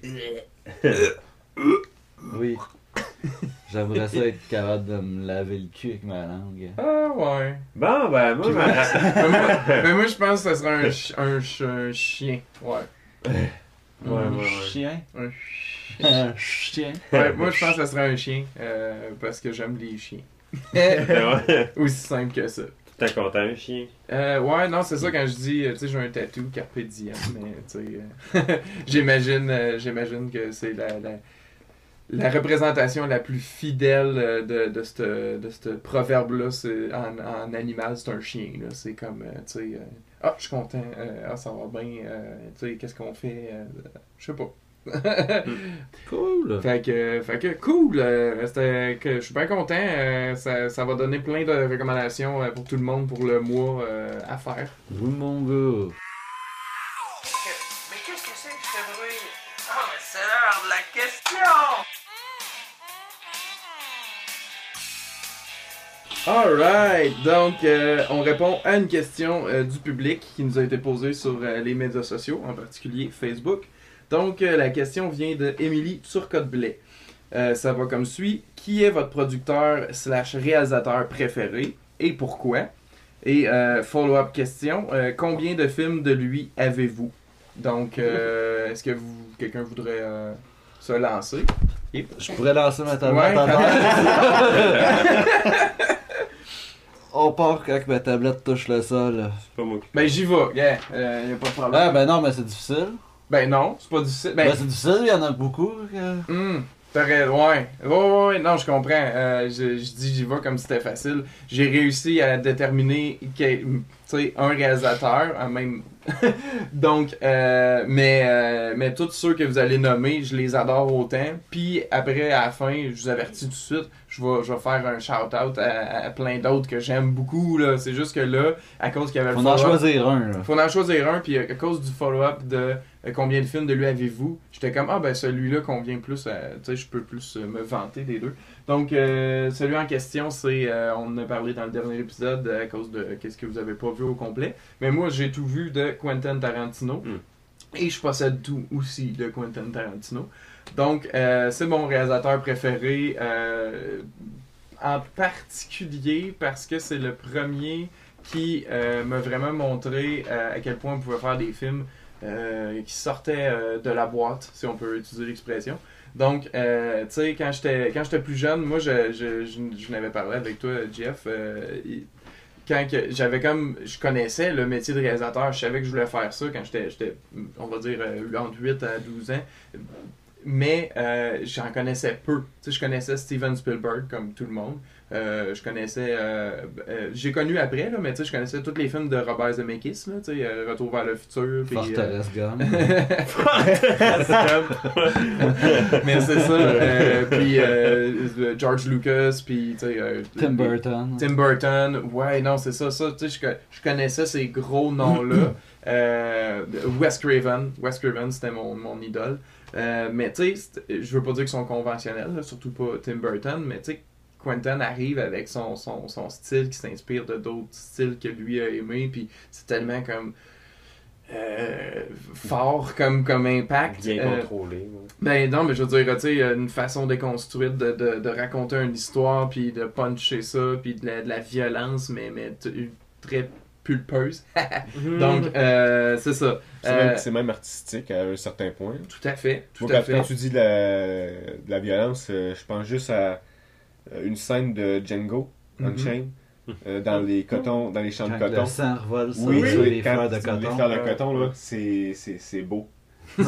Oui. J'aimerais ça être capable de me laver le cul avec ma langue. Ah, ouais. Bon, ben, moi, moi, je pense que ça serait un chien. Ouais. Un chien? Un chien. Ouais, moi, je pense que ça serait un chien. Parce que j'aime les chiens. Aussi simple que ça. T'es content, un chien? Ouais, non, c'est ça quand je dis, tu sais, j'ai un tatou Carpe Diem, mais tu sais, j'imagine que c'est la représentation la plus fidèle de ce proverbe-là en animal, c'est un chien, là. C'est comme, tu sais, je suis content, ça va bien, tu sais, qu'est-ce qu'on fait, je sais pas. Cool. Fait que cool. Je suis bien content. Ça va donner plein de recommandations pour tout le monde pour le mois à faire. Oui, mon gars. Mais qu'est-ce que c'est que je fais bruit? Ah, mais c'est l'heure de la question! Alright, donc on répond à une question du public qui nous a été posée sur les médias sociaux, en particulier Facebook. Donc, la question vient de Émilie Turcotte-Blais. Ça va comme suit. Qui est votre producteur / réalisateur préféré et pourquoi? Et follow-up question. Combien de films de lui avez-vous? Donc, est-ce que quelqu'un voudrait se lancer? Je pourrais lancer ma tablette en terre. On part quand ma tablette touche le sol. C'est pas moi qui... Ben, j'y vais. Yeah. Y a pas de problème. Ah, ben non, mais c'est difficile. Ben non, c'est pas difficile. Ben c'est difficile, il y en a beaucoup. Ouais, non, je comprends. Je dis j'y vais comme si c'était facile. J'ai réussi à déterminer un réalisateur, même. Donc, mais tous ceux que vous allez nommer, je les adore autant. Puis après, à la fin, je vous avertis tout de suite, je vais faire un shout-out à plein d'autres que j'aime beaucoup. Là. C'est juste que là, à cause qu'il y avait le follow-up... Faut en choisir un, puis à cause du follow-up de combien de films de lui avez-vous, j'étais comme, celui-là convient plus, tu sais, je peux plus me vanter des deux. Donc, celui en question, c'est, on en a parlé dans le dernier épisode à cause de qu'est-ce que vous avez pas vu au complet. Mais moi, j'ai tout vu de Quentin Tarantino. Et je possède tout aussi de Quentin Tarantino. Donc, c'est mon réalisateur préféré, en particulier parce que c'est le premier qui m'a vraiment montré à quel point on pouvait faire des films qui sortaient de la boîte, si on peut utiliser l'expression. Donc, tu sais, quand j'étais plus jeune, moi, je n'avais parlé avec toi, Jeff, quand je connaissais le métier de réalisateur, je savais que je voulais faire ça quand j'étais on va dire, entre 8 à 12 ans. Mais j'en connaissais peu. Tu sais, je connaissais Steven Spielberg, comme tout le monde. Je connaissais... j'ai connu après, là, mais tu sais, je connaissais tous les films de Robert Zemeckis, là, tu sais, Retour vers le futur. Forrest Gump. Mais c'est ça. Puis George Lucas, puis tu sais... Tim Burton. Tim Burton. Ouais, non, c'est ça. Tu sais, je connaissais ces gros noms-là. Wes Craven. Wes Craven, c'était mon idole. Mais tu sais, je veux pas dire qu'ils sont conventionnels, là, surtout pas Tim Burton, mais tu sais, Quentin arrive avec son style qui s'inspire de d'autres styles que lui a aimé, puis c'est tellement comme fort comme impact. Bien contrôlé. Ouais. Ben non, mais je veux dire, tu sais, une façon déconstruite de raconter une histoire, puis de puncher ça, puis de la violence, mais très pulpeuse. Donc, c'est ça. C'est même artistique à un certain point. Tout à fait. Quand tu dis de la violence, je pense juste à une scène de Django Unchained. Dans les champs de coton. Le sang revole sur les fleurs de coton. Les fleurs de coton, là, c'est beau. C'est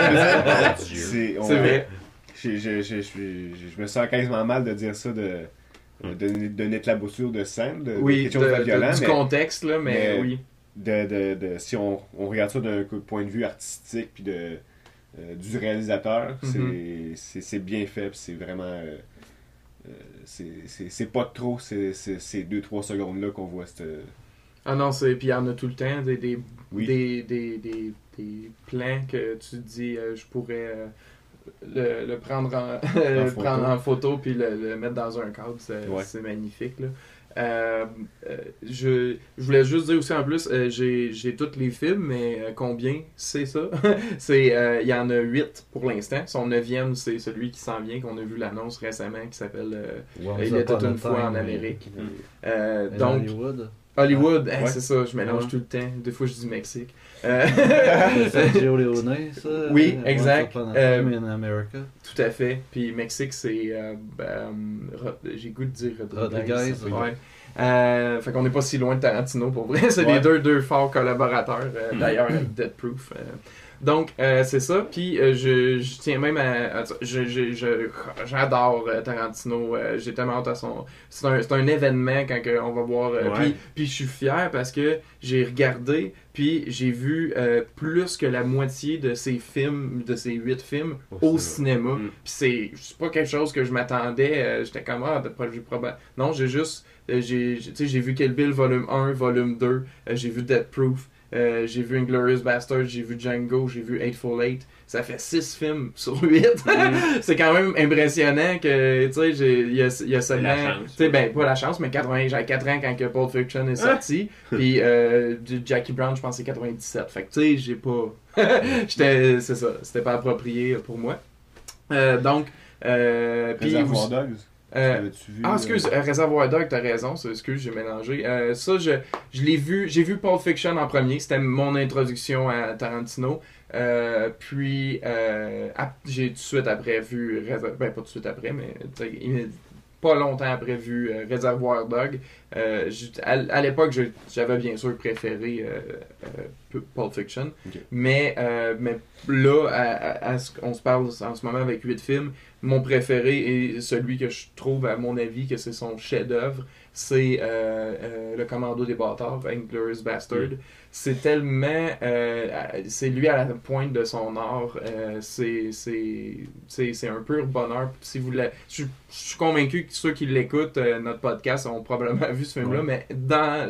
vrai. Je me sens quasiment mal de dire ça, de donner de la boussure de scène, de quelque chose de violent. Du contexte, là, mais oui. Si on regarde ça d'un point de vue artistique puis du réalisateur, c'est bien fait, c'est vraiment... c'est pas trop ces 2-3 secondes là qu'on voit cette... Ah non, puis il y en a tout le temps des plans que tu te dis je pourrais le prendre en photo puis le mettre dans un cadre, c'est magnifique là. Je voulais juste dire aussi en plus, j'ai tous les films, mais combien c'est ça? Il y en a 8 pour l'instant. Son 9e, c'est celui qui s'en vient, qu'on a vu l'annonce récemment, qui s'appelle Il était une fois en Amérique. Donc, Hollywood, ouais. C'est ça, je mélange tout le temps. Des fois, je dis Mexique. Sergio Leone, ça? Oui, exact. In America. Tout à fait. Puis Mexique, c'est... j'ai goût de dire Rodriguez. Ouais. Fait qu'on n'est pas si loin de Tarantino, pour vrai. C'est les deux forts collaborateurs, d'ailleurs, avec Death Proof. Donc, c'est ça. Puis, je tiens même à j'adore Tarantino. J'ai tellement hâte à son... C'est un événement quand on va voir... Puis, je suis fier parce que j'ai regardé, puis j'ai vu plus que la moitié de ces films, de ces 8 films, au cinéma. Puis, c'est pas quelque chose que je m'attendais. J'étais comme, non, j'ai juste... j'ai vu Kill Bill volume 1, volume 2. J'ai vu Death Proof. J'ai vu Inglourious Basterds, j'ai vu Django, j'ai vu Hateful Eight. Ça fait 6 films sur 8. C'est quand même impressionnant que, tu sais, il y a seulement... Tu sais, ben, pas la chance, mais j'avais 4 ans quand Pulp Fiction est sorti. Puis Jackie Brown, je pense que c'est 97. Fait que, tu sais, j'ai pas... c'est ça, c'était pas approprié pour moi. Donc... Reservoir Dogs. Excuse, Reservoir Dogs, t'as raison, excuse, j'ai mélangé. Ça, je l'ai vu, j'ai vu Pulp Fiction en premier, c'était mon introduction à Tarantino. Puis, j'ai tout de suite après vu, pas tout de suite après, mais pas longtemps après vu Reservoir Dogs. À l'époque, j'avais bien sûr préféré Pulp Fiction. Okay. Mais là, on se parle en ce moment avec 8 films. Mon préféré est celui que je trouve, à mon avis, que c'est son chef-d'œuvre. C'est Le Commando des bâtards, Inglourious Basterds. C'est tellement... c'est lui à la pointe de son art. C'est un pur bonheur. Si vous je suis convaincu que ceux qui l'écoutent, notre podcast, ont probablement vu ce film-là, mais dans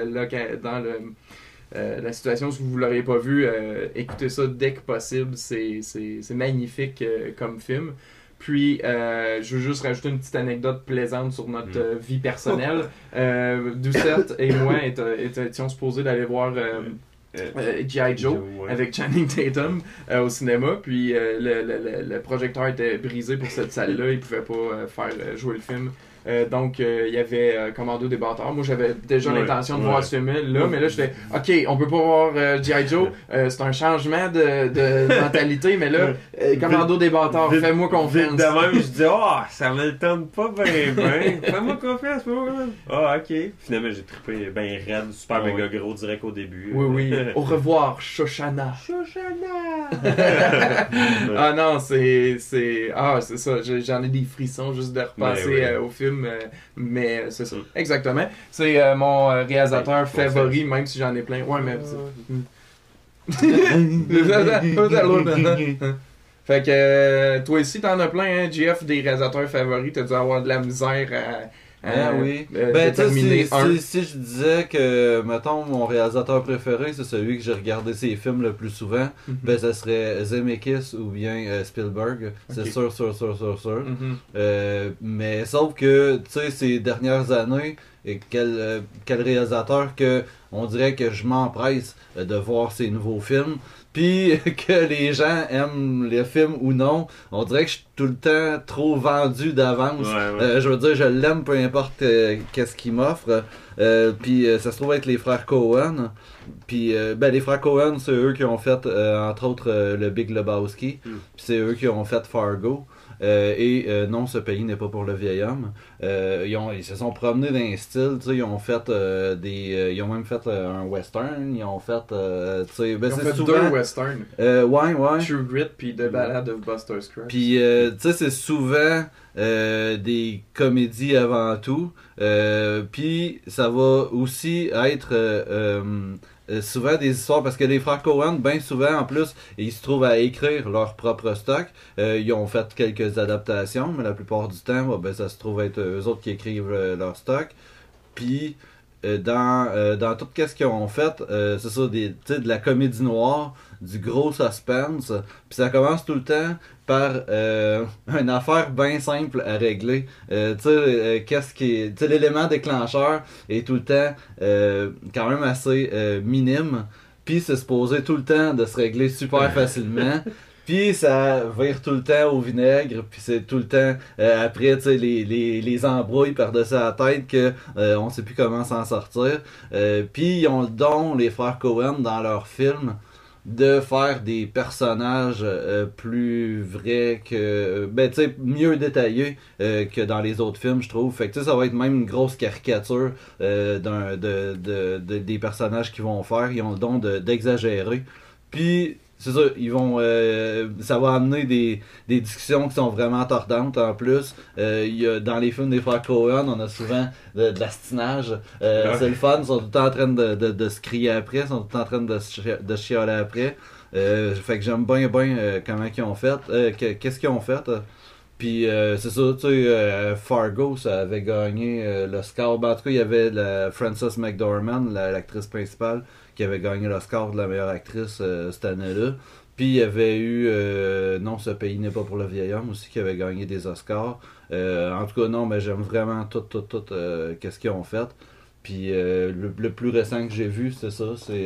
la situation, si vous ne l'auriez pas vu, écoutez ça dès que possible. C'est magnifique comme film. Puis, je veux juste rajouter une petite anecdote plaisante sur notre vie personnelle. Doucette et moi étions supposés d'aller voir G.I. Joe avec Channing Tatum au cinéma. Puis, le projecteur était brisé pour cette salle-là. Il ne pouvait pas faire jouer le film. Donc, il y avait Commando des bâtards. Moi, j'avais déjà l'intention de voir ce film-là, mais là, j'étais OK, on peut pas voir G.I. Joe. C'est un changement de mentalité, mais là, Commando des bâtards, fais-moi confiance. De même, je dis, ça me le tente pas bien. Fais-moi confiance, OK. Finalement, j'ai trippé bien raide, super méga gros direct au début. Oui. Au revoir, Shoshana. Ah non, c'est ça. J'en ai des frissons juste de repasser au film. Mais c'est ça. Exactement. C'est mon réalisateur favori, même si j'en ai plein. Ouais, mais... Fait que toi aussi, t'en as plein, hein, GF, des réalisateurs favoris. T'as dû avoir de la misère oui. Ben, tu sais, si je disais que, mettons, mon réalisateur préféré, c'est celui que j'ai regardé ses films le plus souvent, ben, ça serait Zemeckis ou bien Spielberg. C'est sûr. Mais sauf que, tu sais, ces dernières années, quel réalisateur que on dirait que je m'empresse de voir ses nouveaux films. Puis que les gens aiment les films ou non, on dirait que je suis tout le temps trop vendu d'avance. Je veux dire, je l'aime peu importe qu'est-ce qu'il m'offre. Puis ça se trouve être les frères Coen. Puis les frères Coen, c'est eux qui ont fait entre autres le Big Lebowski. Puis c'est eux qui ont fait Fargo. Non, ce pays n'est pas pour le vieil homme. Ils se sont promenés dans un style, tu sais, ils ont fait ils ont même fait un western, ils ont fait, tu sais, ils ont fait souvent, 2 westerns. Ouais. True Grit puis The Ballad of Buster Scruggs. Puis, tu sais, c'est souvent des comédies avant tout. Puis, ça va aussi être souvent des histoires, parce que les frères Coen, bien souvent en plus, ils se trouvent à écrire leur propre stock. Ils ont fait quelques adaptations, mais la plupart du temps, ça se trouve être eux autres qui écrivent leur stock. Puis dans tout ce qu'ils ont fait, c'est ça, de la comédie noire, du gros suspense. Puis ça commence tout le temps par une affaire bien simple à régler. L'élément déclencheur est tout le temps quand même assez minime. Puis c'est supposé tout le temps de se régler super facilement. Puis ça vire tout le temps au vinaigre, puis c'est tout le temps après, tu sais, les embrouilles par-dessus la tête que on sait plus comment s'en sortir. Puis ils ont le don, les frères Coen, dans leurs films, de faire des personnages plus vrais que tu sais, mieux détaillés que dans les autres films, je trouve. Fait que tu sais, ça va être même une grosse caricature des personnages qu'ils vont faire. Ils ont le don d'exagérer. Puis c'est ça, ils vont ça va amener des discussions qui sont vraiment tordantes en plus. Dans les films des frères Coen, on a souvent de l'astinage. C'est le fun, ils sont tout le temps en train de se crier après, ils sont tout le temps en train de chialer après. Fait que j'aime bien comment ils ont fait. Qu'est-ce qu'ils ont fait. Puis c'est ça, tu sais, Fargo, ça avait gagné l'Oscar. En tout cas, il y avait Frances McDormand, l'actrice principale, qui avait gagné l'Oscar de la meilleure actrice cette année-là. Puis il y avait eu Non, ce pays n'est pas pour le vieil homme aussi, qui avait gagné des Oscars. En tout cas, non, mais j'aime vraiment tout qu'est-ce qu'ils ont fait. Puis le plus récent que j'ai vu, c'est ça, c'est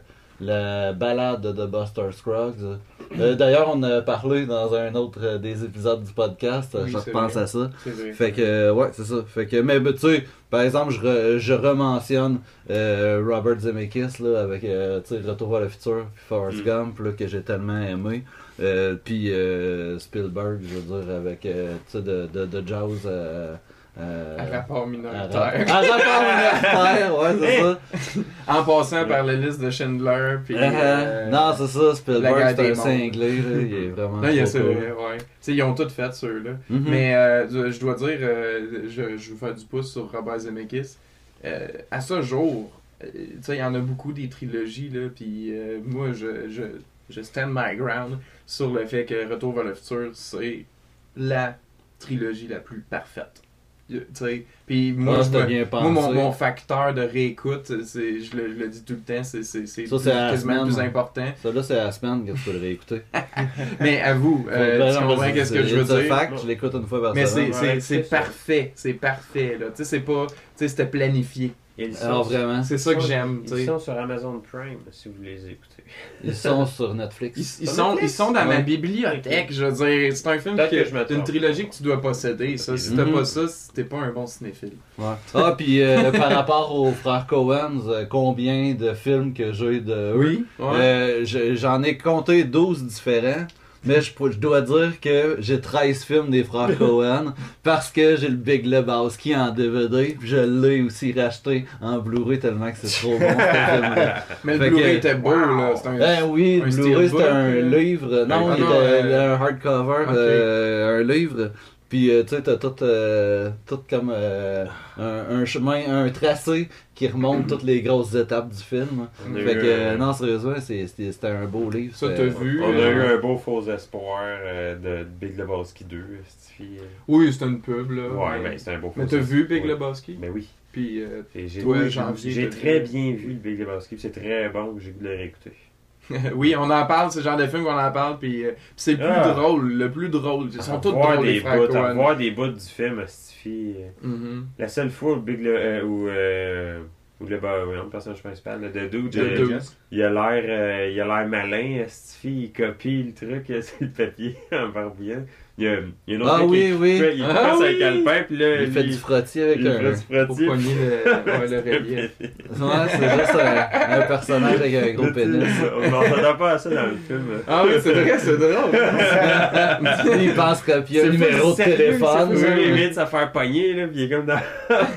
la balade de Buster Scruggs. D'ailleurs, on a parlé dans un autre des épisodes du podcast. Oui, je repense à ça. Fait que, ouais, c'est ça. Fait que, mais tu sais, par exemple, je rementionne Robert Zemeckis là, avec Retour vers le futur, puis Forrest Gump, là, que j'ai tellement aimé. Puis Spielberg, je veux dire, avec de Jaws à rapport minoritaire. À rapport minoritaire, ouais, c'est ça. En passant par la liste de Schindler. Puis, non, c'est ça, Spielberg, c'est un cinglé, là, il est vraiment. Non, il y a ça, ouais. T'sais, ils ont tout fait, ceux-là. Mais je dois dire, je vous fais du pouce sur Robert Zemeckis. À ce jour, il y en a beaucoup des trilogies, là, puis moi, je stand my ground sur le fait que Retour vers le futur, c'est la trilogie la plus parfaite. Puis moi, mon facteur de réécoute, je le dis tout le temps, c'est quasiment le plus important. Ça là, c'est à la semaine que tu peux le réécouter. Mais à vous, tu comprends qu'est-ce que je veux dire? Fact, je l'écoute une fois par semaine. Mais c'est parfait, là. C'était pas, c'était planifié. Alors vraiment, c'est ça que j'aime. Ils sont sur Amazon Prime si vous les écoutez. Ils sont sur Netflix. Ils sont dans ma bibliothèque. Je veux dire, c'est un film d'une trilogie que tu dois posséder. Ça, si t'as pas ça, t'es pas un bon cinéphile. Ouais. Ah, puis par rapport aux frères Coen, combien de films que j'ai de eux? Oui. Ouais. J'en ai compté 12 différents. Mais je dois dire que j'ai 13 films des frères Coen parce que j'ai le Big Lebowski en DVD, puis je l'ai aussi racheté en Blu-ray tellement que c'est trop bon. Mais le Blu-ray était beau, là. Oui, le Blu-ray c'était un livre. Non, il était un hardcover, un livre. Puis tu sais, t'as tout comme un chemin, un tracé qui remonte toutes les grosses étapes du film. Fait que non, sérieusement, c'était un beau livre. Ça, t'as vu? On a eu un beau faux espoir de Big Lebowski 2, cette fille. Oui, c'était une pub, là. Ouais, mais c'était un beau faux espoir. Mais t'as vu Big Lebowski? Ben oui. Puis j'ai très bien vu le Big Lebowski, puis c'est très bon, j'ai voulu le réécouter. Oui, on en parle, c'est le genre de film qu'on en parle, puis c'est le plus drôle, le plus drôle. Ils sont tous drôles, les frères Coen. Voir des bouts du film, Stifi. La seule fois où où le personnage principal, le dude, il a l'air malin, Stifi, il copie le truc, c'est le papier en barbouillant. Il y a une autre il passe avec calepin, puis là, il fait du frottis avec pour pogner le relief. Ouais, c'est juste un personnage avec un gros pénis. On n'entendait pas à ça dans le film. Ah oui, c'est vrai, c'est drôle. Il pense copier un numéro de téléphone. Il vient de se faire pogner, là, puis il est comme dans...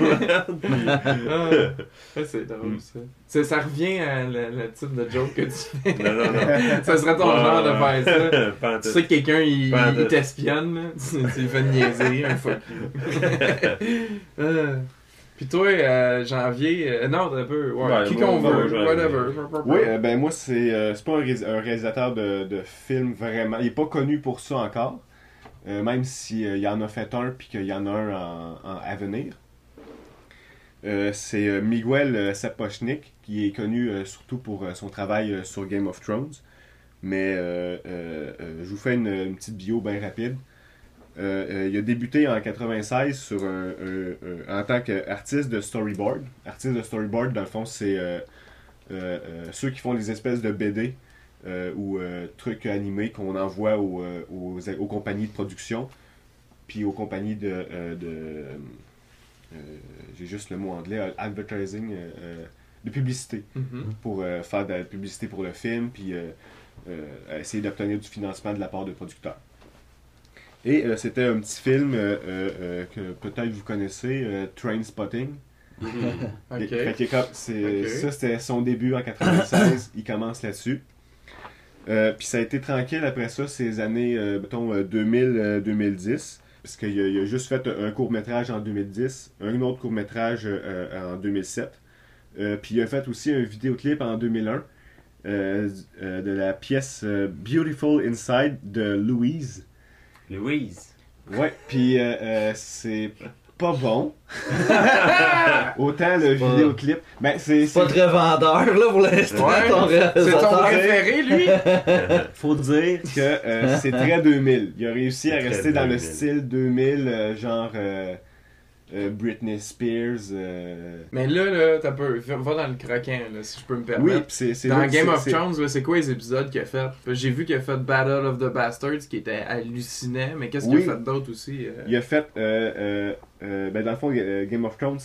C'est drôle, ça. Ça revient à le type de joke que tu fais. Non. Ça serait ton genre de faire ça. Tu sais que quelqu'un, il t'espionne. Tu lui fais niaiser, un fuck you. Puis toi, janvier, non, un peu, qui qu'on veut, whatever. Oui, ben moi, c'est pas un réalisateur de films vraiment. Il est pas connu pour ça encore, même s'il y en a fait un, puis qu'il y en a un à venir. C'est Miguel Sapochnik, qui est connu surtout pour son travail sur Game of Thrones. Mais je vous fais une petite bio bien rapide. Il a débuté en 96 en tant qu'artiste de storyboard. Artiste de storyboard, dans le fond, c'est ceux qui font des espèces de BD ou trucs animés qu'on envoie aux compagnies de production, puis aux compagnies j'ai juste le mot anglais, advertising, de publicité, pour faire de la publicité pour le film, puis essayer d'obtenir du financement de la part de producteurs. Et c'était un petit film que peut-être vous connaissez, Trainspotting. Ça, c'était son début en 96, il commence là-dessus. Puis ça a été tranquille après ça, ces années, mettons, 2000-2010. Parce qu'il a juste fait un court-métrage en 2010, un autre court-métrage en 2007. Puis il a fait aussi un vidéoclip en 2001 de la pièce Beautiful Inside de Louise. Louise? Ouais, puis c'est pas bon. Autant le vidéoclip. Ben, c'est pas très vendeur, là, pour l'instant. C'est ton préféré, lui? Faut dire que c'est très 2000. Il a réussi à rester dans le style 2000, genre Britney Spears. Mais là, t'as peur. Va dans le croquant, là, si je peux me permettre. Oui, c'est dans Game of Thrones, c'est quoi les épisodes qu'il a fait? J'ai vu qu'il a fait Battle of the Bastards, qui était hallucinant, mais qu'est-ce qu'il a fait d'autre aussi? Il a fait, ben dans le fond, Game of Thrones,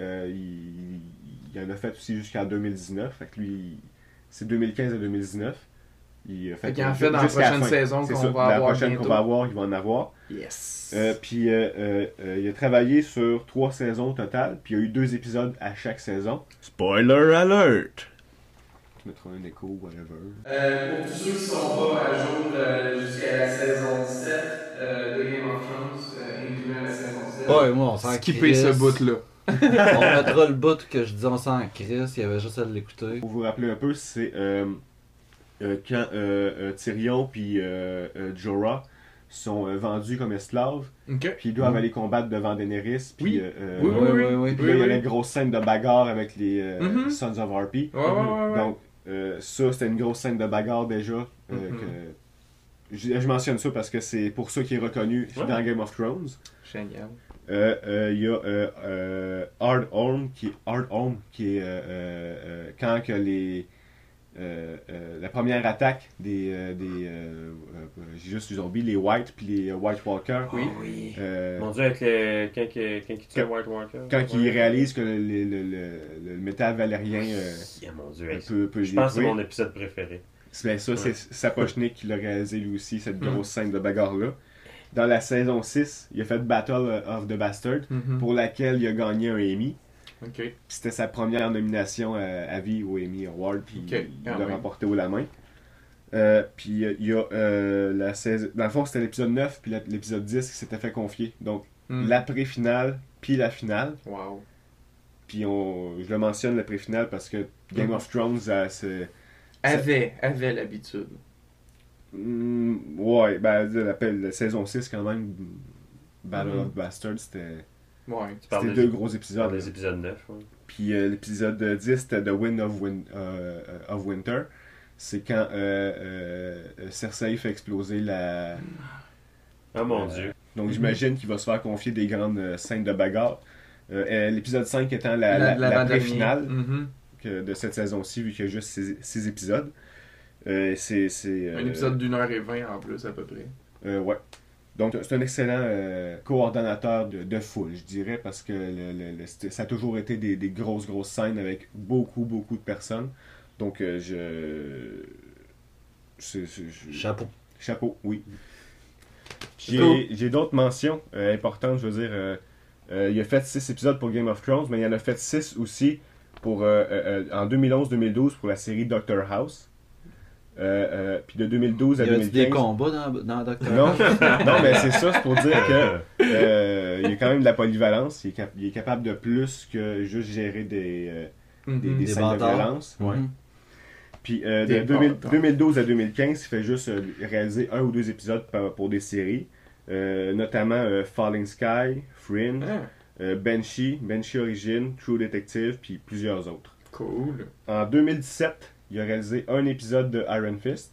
il en a fait aussi jusqu'en 2019, fait que lui, c'est 2015 à 2019. Il a fait qu'il en fait dans la prochaine saison qu'on va avoir. La prochaine qu'on va avoir, il va en avoir. Yes! Puis il a travaillé sur 3 saisons au total, puis il y a eu 2 épisodes à chaque saison. Spoiler alert! Tu mettras un écho, whatever. Pour tous ceux qui ne sont pas à jour jusqu'à la saison 7 de Game of Thrones, incluant la saison 7, ouais, moi, on s'en skipper ce bout-là. On mettra le bout que je dis on s'en crisse, il y avait juste à l'écouter. Pour vous rappeler un peu, c'est quand Tyrion puis Jorah sont vendus comme esclaves, puis ils doivent aller combattre devant Daenerys, puis oui. Puis là, il y a une grosse scène de bagarre avec les Sons of Harpy. Donc ça, c'était une grosse scène de bagarre déjà. Je mentionne ça parce que c'est pour ça qu'il est reconnu dans Game of Thrones. Génial. Il y a Hard Home qui est quand que la première attaque des j'ai juste les zombies, les White puis les White Walkers. Oui. Mon Dieu, avec quand il tue White Walker. Quand il réalise que le métal valérien mon Dieu, peut je pense que c'est mon épisode préféré. C'est Sapochnik qui l'a réalisé lui aussi, cette grosse scène de bagarre-là. Dans la saison 6, il a fait Battle of the Bastards, pour laquelle il a gagné un Emmy. C'était sa première nomination à vie au Emmy Award, puis il l'a remporté haut la main. Puis il y a la saison... Dans le fond, c'était l'épisode 9 puis l'épisode 10 qui s'était fait confier. Donc, l'après-finale puis la finale. Wow. Puis je le mentionne, l'après-finale, parce que Game of Thrones, avait l'habitude. Ouais, ben, la saison 6, quand même, Battle of Bastards, c'était deux gros épisodes. Des épisodes 9, ouais. Puis l'épisode 10, c'était The Wind of Winter. C'est quand Cersei fait exploser la... Oh mon Dieu. Donc j'imagine qu'il va se faire confier des grandes scènes de bagarre. L'épisode 5 étant l'après-finale de cette saison-ci, vu qu'il y a juste 6 épisodes. C'est un épisode d'1h20 en plus, à peu près. Ouais. Donc c'est un excellent coordonnateur de foule, je dirais, parce que ça a toujours été des grosses scènes avec beaucoup de personnes. Donc Chapeau, oui. J'ai d'autres mentions importantes, je veux dire. Il a fait 6 épisodes pour Game of Thrones, mais il en a fait 6 aussi en 2011-2012 pour la série Doctor House. Puis de 2012 à 2015. Il y a des combats dans Doctor House? Non, mais c'est ça, c'est pour dire que il y a quand même de la polyvalence. Il est capable de plus que juste gérer des scènes de violence. Ouais. Puis de 2012 à 2015, il fait juste réaliser 1 ou 2 épisodes pour des séries. Notamment Falling Sky, Fringe, Banshee Origin, True Detective, puis plusieurs autres. Cool. En 2017, il a réalisé un épisode de Iron Fist.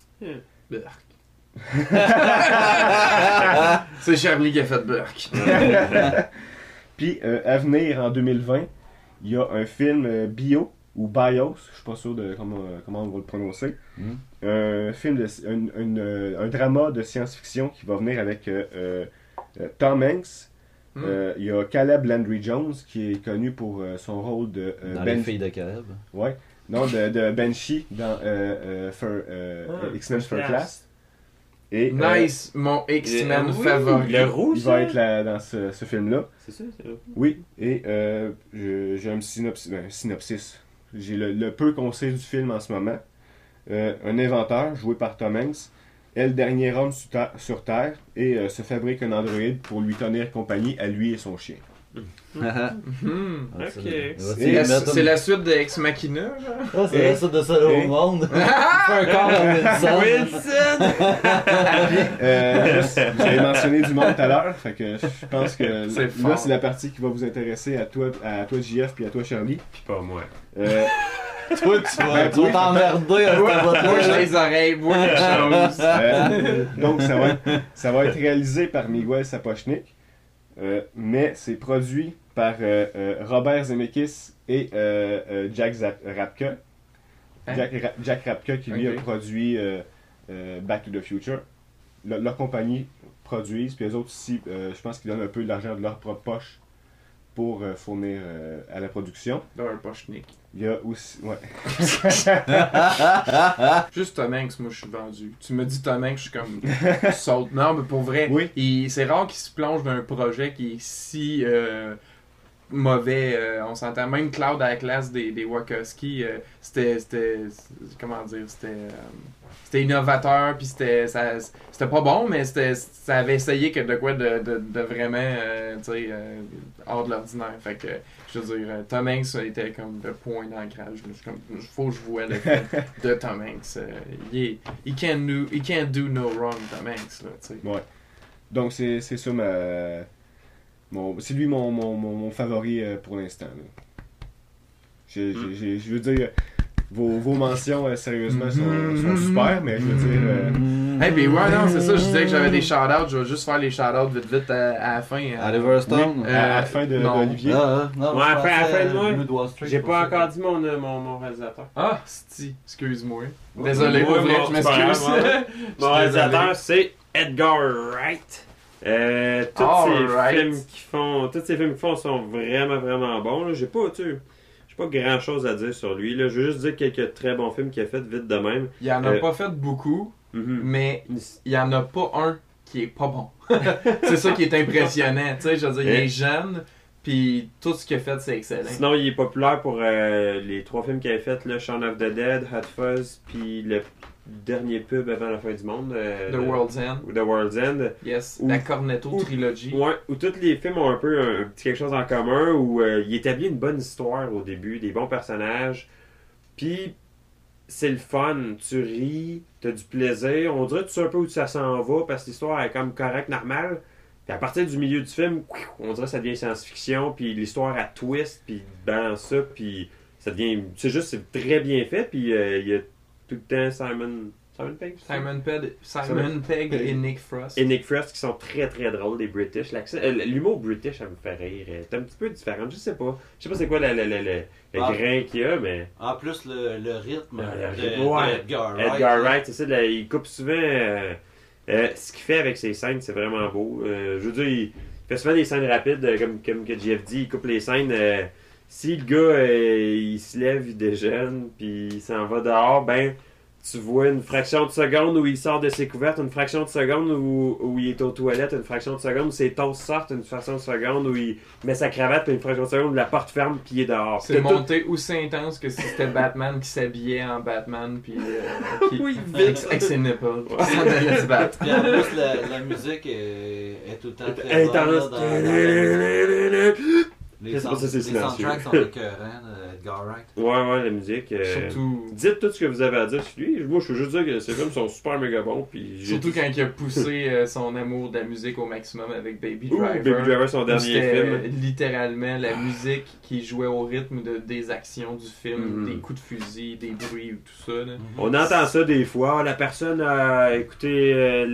C'est Charlie qui a fait Burke. Puis à venir en 2020, il y a un film bio ou Bios, je suis pas sûr de comment on va le prononcer. Un film un drama de science-fiction qui va venir avec Tom Hanks. Il y a Caleb Landry Jones qui est connu pour son rôle de dans les filles de Caleb. Ouais. Non, de Banshee dans X-Men First Class. Et, nice, mon X-Men favori. Le rouge. Il va être dans ce film-là. C'est ça, c'est rouge. Oui, et j'ai un synopsis. J'ai le peu qu'on sait du film en ce moment. Un inventeur, joué par Tom Hanks, est le dernier homme sur Terre et se fabrique un androïde pour lui tenir compagnie à lui et son chien. Ok. C'est la suite de Ex Machina, genre? C'est la suite de Seul au monde. Il fait un corps à Wilson. Vous avez mentionné du monde tout à l'heure, fait que je pense que là c'est la partie qui va vous intéresser à toi JF puis à toi Charlie. Puis pas moi. Toi, tu vas t'emmerder à ta voix. Moi, j'ai les oreilles, moi, quelque chose. Donc, ça va être réalisé par Miguel Sapochnik, mais c'est produit par Robert Zemeckis et Jack Rapka. Jack Rapka qui, lui, a produit Back to the Future. Leur compagnie produisent, puis eux autres aussi, je pense qu'ils donnent un peu l'argent de leur propre poche pour fournir à la production. Dans un pochnik. Il y a aussi... Ouais. Juste Tom Hanks, moi je suis vendu. Tu me dis Tom Hanks, je suis comme... saute. Non, mais pour vrai, oui. C'est rare qu'il se plonge dans un projet qui est si mauvais. On s'entend. Même Cloud à la classe des Wachowski, c'était... Comment dire? C'était innovateur, puis c'était pas bon, mais ça avait essayé de quoi de vraiment, hors de l'ordinaire. Fait que, je veux dire, Tom Hanks était comme le point d'ancrage. Faut que je vois le film de Tom Hanks. He can't do no wrong, Tom Hanks, là, tu sais. Ouais. Donc, c'est ça c'est lui mon favori pour l'instant. Je veux dire... Vos mentions, sérieusement, sont super, mais je veux dire... Hey, puis ouais, non, c'est ça, je disais que j'avais des shout-outs, je vais juste faire les shout-outs vite à la fin. Oliver Stone? Oui, à la fin d'Olivier. Non, ouais, à la fin de moi, j'ai pas encore dit mon réalisateur. Ah, excuse-moi. Désolé, pour vrai, je m'excuse. Mon réalisateur, c'est Edgar Wright. Tous ces films qu'ils font sont vraiment bons. Là. J'ai pas grand chose à dire sur lui. Là. Je veux juste dire quelques très bons films qu'il a fait vite de même. Il en a pas fait beaucoup, mais il y en a pas un qui est pas bon. C'est ça qui est impressionnant. Tu sais, je veux dire, il est jeune, Puis tout ce qu'il a fait, c'est excellent. Sinon, il est populaire pour les 3 films qu'il avait fait, là, Shaun of the Dead, Hot Fuzz, puis le dernier pub avant la fin du monde. The World's End. The World's End. Yes, la Cornetto Trilogy. Ouais, où tous les films ont un peu un petit quelque chose en commun, où il établit une bonne histoire au début, des bons personnages, puis c'est le fun, tu ris, t'as du plaisir, on dirait que tu sais un peu où ça s'en va, parce que l'histoire est comme correcte, normale. Puis à partir du milieu du film, on dirait que ça devient science-fiction, puis l'histoire a twist, puis balance ça, puis ça devient... C'est juste, c'est très bien fait, puis il y a tout le temps Simon Pegg et Nick Frost. Et Nick Frost qui sont très très drôles, des British. L'humour British, ça me fait rire. C'est un petit peu différent, je sais pas. Je sais pas c'est quoi le grain qu'il y a, mais... En plus, le rythme Edgar Wright. Edgar Wright, c'est ça, il coupe souvent... ce qu'il fait avec ses scènes, c'est vraiment beau. Je veux dire, il fait souvent des scènes rapides, comme que Jeff dit, il coupe les scènes. Si le gars, il se lève, il déjeune, puis il s'en va dehors, ben, tu vois une fraction de seconde où il sort de ses couvertes, une fraction de seconde où il est aux toilettes, une fraction de seconde où ses toasts sortent, une fraction de seconde où il met sa cravate, puis une fraction de seconde où la porte ferme, puis il est dehors. C'est monté aussi intense que si c'était Batman qui s'habillait en Batman, puis avec ses nipples, qui s'en allait se battre. Puis en plus, la musique est tout le temps très intense. Les soundtracks sont écœurants d'Edgar Wright. Ouais, la musique. Surtout... Dites tout ce que vous avez à dire sur lui. Moi, je veux juste dire que ces films sont super méga bons. Puis surtout quand il a poussé son amour de la musique au maximum avec Baby Driver. Baby Driver, son dernier film. Littéralement la musique qui jouait au rythme des actions du film, des coups de fusil, des bruits, tout ça. Là. On entend ça des fois. La personne a écouté,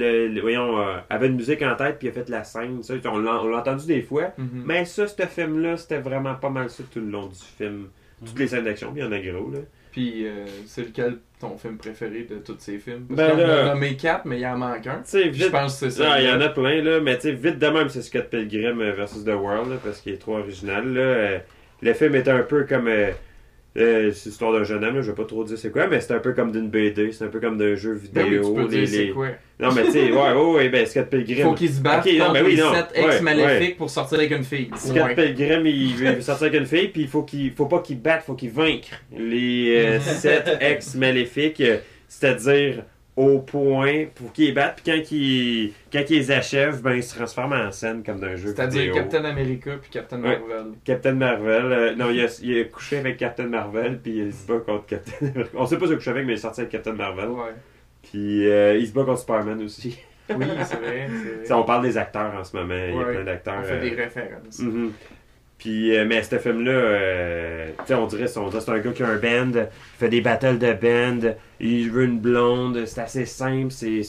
avait une musique en tête puis a fait la scène. Ça, on l'a entendu des fois. Mais ça, ce film-là, c'était vraiment pas mal ça tout le long du film. Toutes les scènes d'action, puis il y en a gros, là. Puis, c'est lequel ton film préféré de tous ces films? Parce qu'on a nommé 4, mais il en manque un. Je pense que c'est ça. Il y en a plein, là, mais tu sais, vite de même, c'est Scott Pilgrim vs. The World, là, parce qu'il est trop original, là. Le film est un peu comme... c'est l'histoire d'un jeune homme, là, je vais pas trop dire c'est quoi, mais c'est un peu comme d'une BD, c'est un peu comme d'un jeu vidéo. Ben oui, tu peux dire c'est quoi. Non, mais tu sais, ben Scott Pilgrim... Faut qu'il se batte contre les 7 ex-maléfiques pour sortir avec une fille. Scott Pilgrim, il veut sortir avec une fille, puis il faut pas qu'il batte, faut qu'il vaincre les 7 ex-maléfiques, c'est-à-dire au point pour qu'ils les battent, puis quand ils les achèvent, ben ils se transforment en scène comme d'un jeu vidéo. C'est-à-dire Captain America puis Captain Marvel. Captain Marvel, non, il a couché avec Captain Marvel, puis il se bat contre Captain... On sait pas ce qu'il a couché avec, mais il est sorti avec Captain Marvel. Ouais. Puis il se bat contre Superman aussi. Oui, c'est vrai. On parle des acteurs en ce moment, il y a plein d'acteurs. On fait des références. Puis, mais ce film-là, on dirait c'est un gars qui a un band, il fait des battles de band, il veut une blonde, c'est assez simple,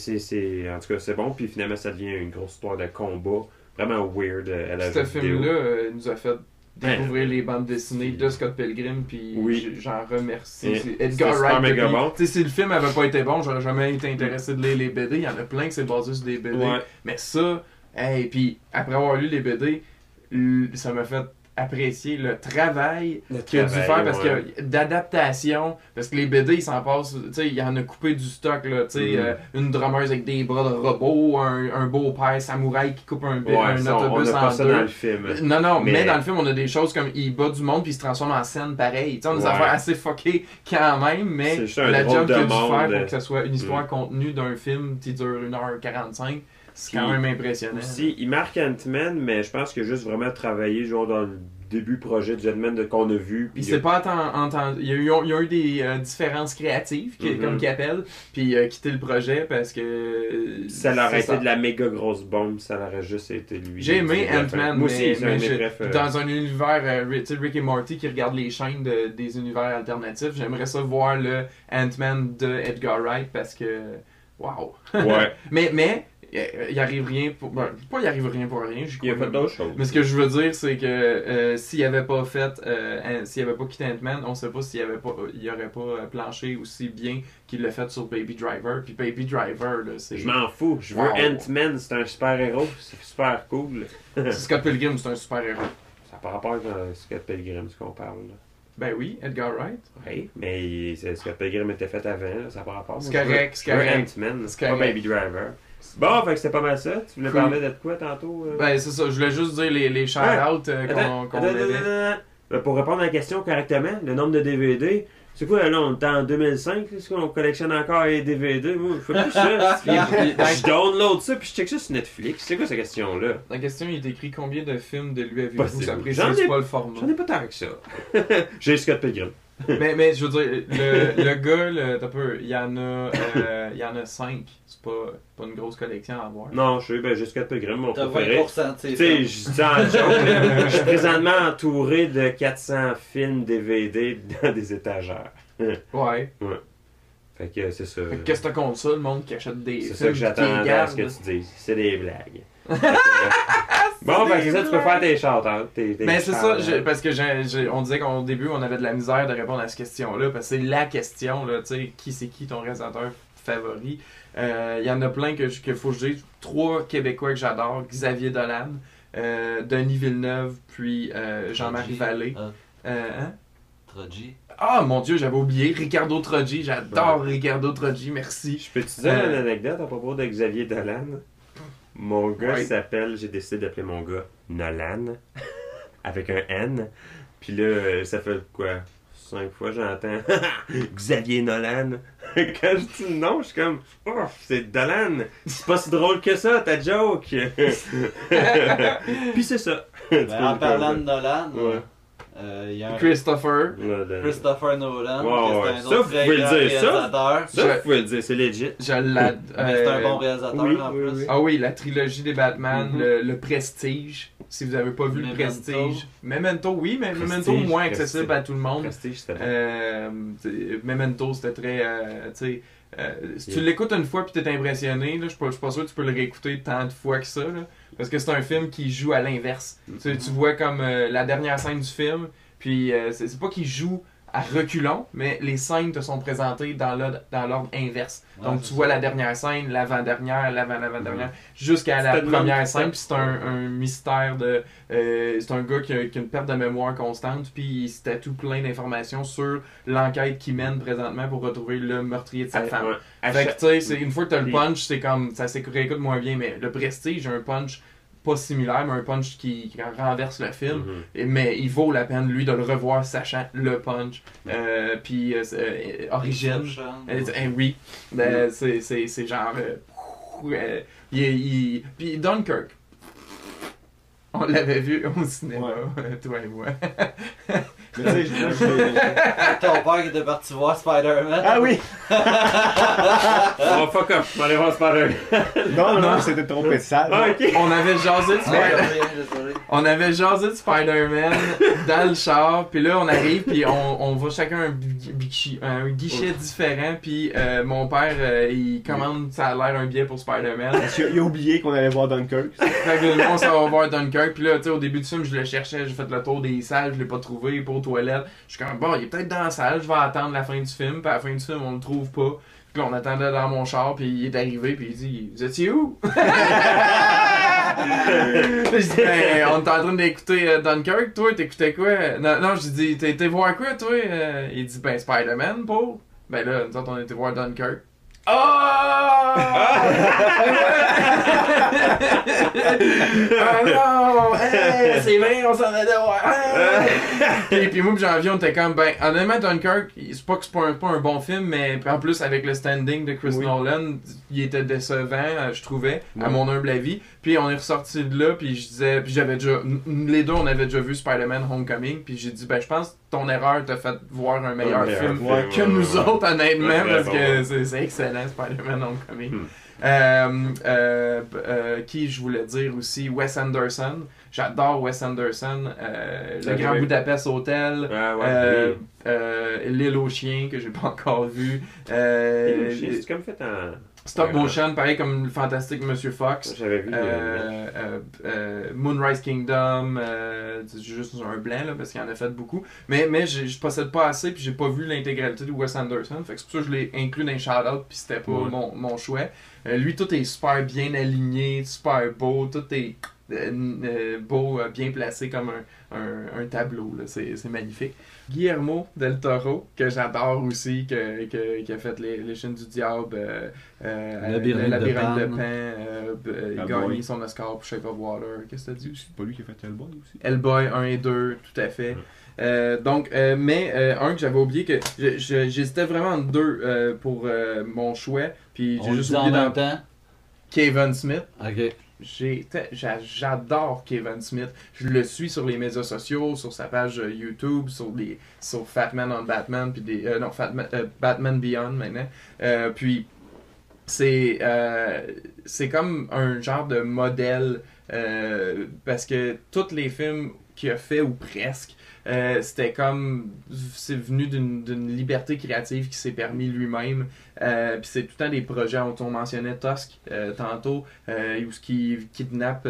en tout cas c'est bon, puis finalement ça devient une grosse histoire de combat, vraiment weird. Ce film-là nous a fait découvrir les bandes dessinées de Scott Pilgrim, puis j'en remercie. Edgar Wright. Bon. Si le film avait pas été bon, j'aurais jamais été intéressé de lire les BD, il y en a plein qui c'est basé sur des BD, mais ça, puis après avoir lu les BD, ça m'a fait apprécier le travail qu'il a dû faire parce que d'adaptation, parce que les BD ils s'en passent, tu sais, il y en a coupé du stock là, tu sais, une drummeuse avec des bras de robot, un beau-père samouraï qui coupe un autobus en deux. Dans le film. Non, mais dans le film on a des choses comme il bat du monde puis il se transforme en scène pareil, tu sais, on a des affaires assez fuckées quand même, mais la job qu'il a dû faire pour que ça soit une histoire contenue d'un film qui dure 1h45. C'est quand même impressionnant. Aussi, il marque Ant-Man, mais je pense qu'il a juste vraiment travaillé genre dans le début projet du Ant-Man qu'on a vu. Il s'est pas entendu. Il y a eu des différences créatives, comme qu'ils appellent, puis il a quitté le projet parce que... Ça l'aurait été de la méga grosse bombe, ça l'aurait juste été lui. J'ai aimé Ant-Man, mais dans un univers, Rick et Morty qui regardent les chaînes des univers alternatifs, j'aimerais ça voir le Ant-Man de Edgar Wright parce que... Wow! Ouais. mais il arrive rien pour... pas il arrive rien pour rien. Il a fait d'autres choses. Mais ce que je veux dire, c'est que s'il avait pas quitté Ant-Man, on sait pas s'il il aurait pas planché aussi bien qu'il l'a fait sur Baby Driver. Puis Baby Driver, là, c'est... Je m'en fous. Je veux Ant-Man, c'est un super-héros. C'est super cool. Scott Pilgrim, c'est un super-héros. Ça n'a pas rapport à Scott Pilgrim, ce qu'on parle, là. Ben oui, Edgar Wright. Oui, mais Scott Pilgrim était fait avant, là, ça n'a pas rapport. C'est correct, c'est correct. Ant-Man, c'est pas Baby Driver. Bon, fait que c'était pas mal ça. Tu voulais parler de quoi tantôt? Ben c'est ça, je voulais juste dire les shout-outs qu'on avait. Pour répondre à la question correctement, le nombre de DVD, c'est quoi là, on est en 2005, est-ce qu'on collectionne encore les DVD? Moi, je fais plus ça. Je download ça puis je check ça sur Netflix. C'est quoi cette question-là? La question, il est écrit combien de films de lui avez-vous? Ça précise pas le format. J'en ai pas tant que ça. J'ai Scott Pilgrim. mais je veux dire, le gars, t'as peu, il y en a 5. C'est pas une grosse collection à avoir. Non, je sais, j'ai Scott Pilgrim, mon t'as préféré. 20% de Tu sais, je dis en joke, je suis présentement entouré de 400 films DVD dans des étagères. Ouais. Fait que c'est ça. Fait que qu'est-ce que t'as contre ça, le monde qui achète des films? C'est ça que j'attendais à ce que tu dises. C'est des blagues. Bon, ben c'est ça, tu peux faire tes shout-outs. Mais c'est ça, parce que on disait qu'au début, on avait de la misère de répondre à cette question-là, parce que c'est la question, là, tu sais, qui c'est qui ton réalisateur favori? Il y en a plein que faut que je dise. 3 Québécois que j'adore, Xavier Dolan, Denis Villeneuve, puis Jean-Marie Vallée. Troggi. Ah mon Dieu, j'avais oublié, Ricardo Troggi, j'adore Ricardo Troggi, merci. Je peux te dire une anecdote à propos de Xavier Dolan? Mon gars s'appelle, j'ai décidé d'appeler mon gars Nolan, avec un N. Puis là, ça fait quoi? 5 fois j'entends Xavier Nolan. Quand je dis le nom, je suis comme oh, c'est Dolan. C'est pas si drôle que ça, ta joke. Puis c'est ça. En parlant de Nolan, il y a Christopher Nolan, ouais. c'est un autre très grand réalisateur. Ça, vous pouvez le dire, c'est legit. Mais c'est un bon réalisateur en plus. Oui. Ah oui, la trilogie des Batman, le Prestige. Si vous n'avez pas vu le Prestige. Memento, oui, mais Memento moins accessible à tout le monde. Prestige, c'était Memento, c'était très... si tu l'écoutes une fois et t'es impressionné, là, je suis pas sûr que tu peux le réécouter tant de fois que ça. Là, parce que c'est un film qui joue à l'inverse. Tu vois comme la dernière scène du film, puis c'est pas qu'il joue à reculons, mais les scènes te sont présentées dans l'ordre inverse. Donc tu vois la dernière scène, l'avant-dernière, l'avant-dernière, jusqu'à la première scène, puis c'est un mystère de... c'est un gars qui a une perte de mémoire constante, puis il se tatoue plein d'informations sur l'enquête qu'il mène présentement pour retrouver le meurtrier de sa femme. Fait que tu sais, une fois que t'as le punch, c'est comme... ça s'écoute moins bien, mais le Prestige, un punch pas similaire, mais un punch qui renverse le film. Mais il vaut la peine, lui, de le revoir, sachant le punch. Puis, Origine. Oui. C'est genre... Puis Dunkirk. On l'avait vu au cinéma, toi et moi. Mais tu sais, ton père qui était parti voir Spider-Man. Ah oui! Oh fuck off, je vais aller voir Spider-Man. Non, c'était trompé de salle. Ah, okay. On avait jasé de Spider-Man. On avait jasé de Spider-Man dans le char, puis là on arrive, puis on va chacun un guichet différent, puis mon père il commande, ça a l'air un billet pour Spider-Man. Il a oublié qu'on allait voir Dunkirk. Fait que on s'en va voir Dunkirk, puis là tu sais au début du film je le cherchais, j'ai fait le tour des salles, je l'ai pas trouvé, pas aux toilettes. Je suis comme bon, il est peut-être dans la salle, je vais attendre la fin du film, puis à la fin du film on le trouve pas. Puis là on attendait dans mon char, puis il est arrivé, puis il dit vous étiez où? Je dis, ben, on est en train d'écouter Dunkirk, toi, t'écoutais quoi? Non, je dis, t'es voir quoi, toi? Il dit, ben, Spider-Man, Paul. Ben là, nous autres, on était voir Dunkirk. Oh! Ah non! Hey, c'est vrai, on s'en allait voir! Puis moi, Janvier, on était comme, ben, honnêtement, Dunkirk, c'est pas que c'est pas un bon film, mais en plus, avec le standing de Chris Nolan, il était décevant, je trouvais, à mon humble avis. Puis on est ressorti de là, puis je disais, puis j'avais déjà, les deux, on avait déjà vu Spider-Man Homecoming, puis j'ai dit, ben, je pense que ton erreur t'a fait voir un meilleur film que nous autres, honnêtement, parce que c'est excellent, Spider-Man Homecoming. Qui je voulais dire aussi, Wes Anderson. J'adore Wes Anderson. Le Grand Budapest Hotel. L'île aux chiens que j'ai pas encore vu. C'est comme fait en... Stop motion, pareil comme le fantastique Monsieur Fox. J'avais vu. Moonrise Kingdom, c'est juste un blanc là, parce qu'il en a fait beaucoup. Mais je possède pas assez, puis j'ai pas vu l'intégralité de Wes Anderson. Fait que c'est pour ça que je l'ai inclus dans les shout-out, puis c'était pas mon choix. Lui, tout est super bien aligné, super beau, tout est beau, bien placé comme un tableau. Là. C'est magnifique. Guillermo del Toro, que j'adore aussi, qui a fait les Chines du Diable, Labyrinthe de Pan, il a gagné son Oscar pour Shape of Water. Qu'est-ce que t'as dit? C'est pas lui qui a fait Hellboy aussi? Hellboy 1 et 2, tout à fait. Mais un que j'avais oublié, que j'hésitais vraiment entre deux pour mon choix, puis j'ai juste oublié dans temps. Kevin Smith. Ok. J'adore Kevin Smith. Je le suis sur les médias sociaux, sur sa page YouTube, sur Fatman on Batman, puis Batman Beyond maintenant. Puis c'est comme un genre de modèle parce que tous les films qu'il a fait ou presque, c'était comme c'est venu d'une liberté créative qui s'est permis lui-même. Puis c'est tout le temps des projets, on mentionnait Tusk tantôt, où il kidnappe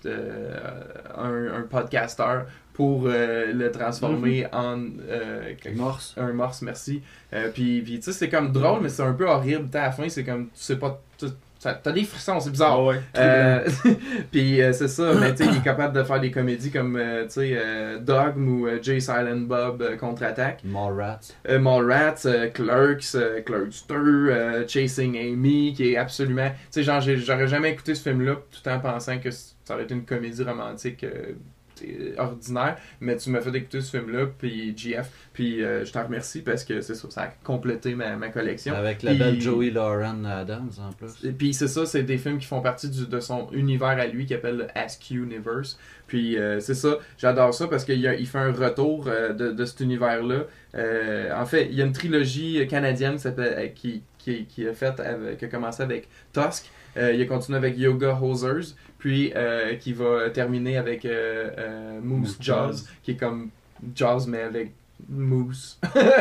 un podcasteur pour le transformer en un morse, merci. Puis tu sais, c'est comme drôle, mais c'est un peu horrible. À la fin, c'est comme, tu sais pas, t'as des frissons, c'est bizarre. Oh ouais, puis c'est ça, mais tu sais, il est capable de faire des comédies comme tu sais, Dogme ou Jay Silent Bob contre-attaque. Mallrats, Clerks, Clerks 2, Chasing Amy, qui est absolument. Tu sais, genre, j'aurais jamais écouté ce film-là tout en pensant que ça aurait été une comédie romantique. Ordinaire, mais tu m'as fait écouter ce film-là, puis GF, puis je t'en remercie parce que c'est ça, ça a complété ma collection. Avec la belle Joey Lauren Adams en plus. Et puis c'est ça, c'est des films qui font partie de son univers à lui qui s'appelle le Ask Universe. Puis c'est ça, j'adore ça parce qu'il fait un retour de cet univers-là. En fait, il y a une trilogie canadienne qui a fait qui a commencé avec Tusk. Il a continué avec Yoga Hosers, puis qui va terminer avec Moose Jaws, qui est comme Jaws mais avec Moose.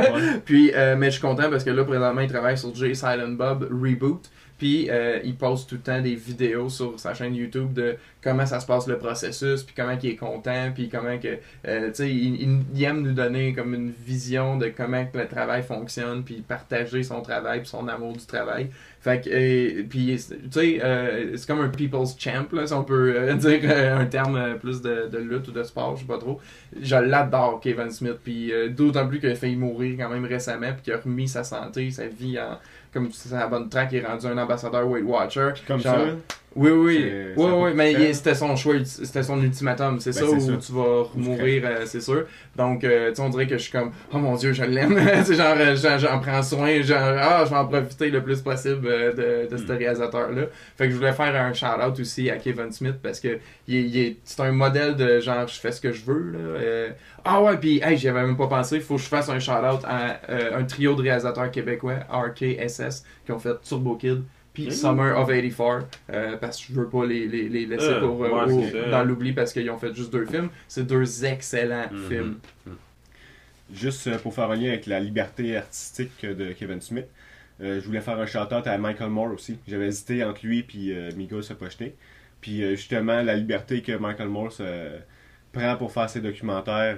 Puis, mais je suis content parce que là, présentement, il travaille sur Jay Silent Bob Reboot. Puis il poste tout le temps des vidéos sur sa chaîne YouTube de comment ça se passe le processus, puis comment il est content, puis comment que, tu sais, il aime nous donner comme une vision de comment que le travail fonctionne, puis partager son travail, puis son amour du travail. Fait que, puis, tu sais, c'est comme un people's champ, là, si on peut dire un terme plus de lutte ou de sport, je sais pas trop. Je l'adore, Kevin Smith, puis d'autant plus qu'il a failli mourir quand même récemment, puis qu'il a remis sa santé, sa vie en... Comme c'est la bonne track, il est rendu un ambassadeur Weight Watcher. Comme genre, ça? Oui, mais c'était son choix, c'était son ultimatum, c'est ça, où tu vas mourir, c'est sûr. Donc, tu sais, on dirait que je suis comme, oh mon Dieu, je l'aime. C'est genre, j'en prends soin, genre, je vais en profiter le plus possible de ce réalisateur-là. Fait que je voulais faire un shout-out aussi à Kevin Smith parce que c'est un modèle de genre, je fais ce que je veux, là. Puis, hey, j'y avais même pas pensé, il faut que je fasse un shout-out à un trio de réalisateurs québécois, RKSS, qui ont fait Turbo Kid. Puis Summer of 84, parce que je veux pas les laisser dans l'oubli parce qu'ils ont fait juste 2 films. C'est 2 excellents films. Juste pour faire un lien avec la liberté artistique de Kevin Smith, je voulais faire un shout-out à Michael Moore aussi. J'avais hésité entre lui et Miguel Sapochnik. Puis justement, la liberté que Michael Moore prend pour faire ses documentaires,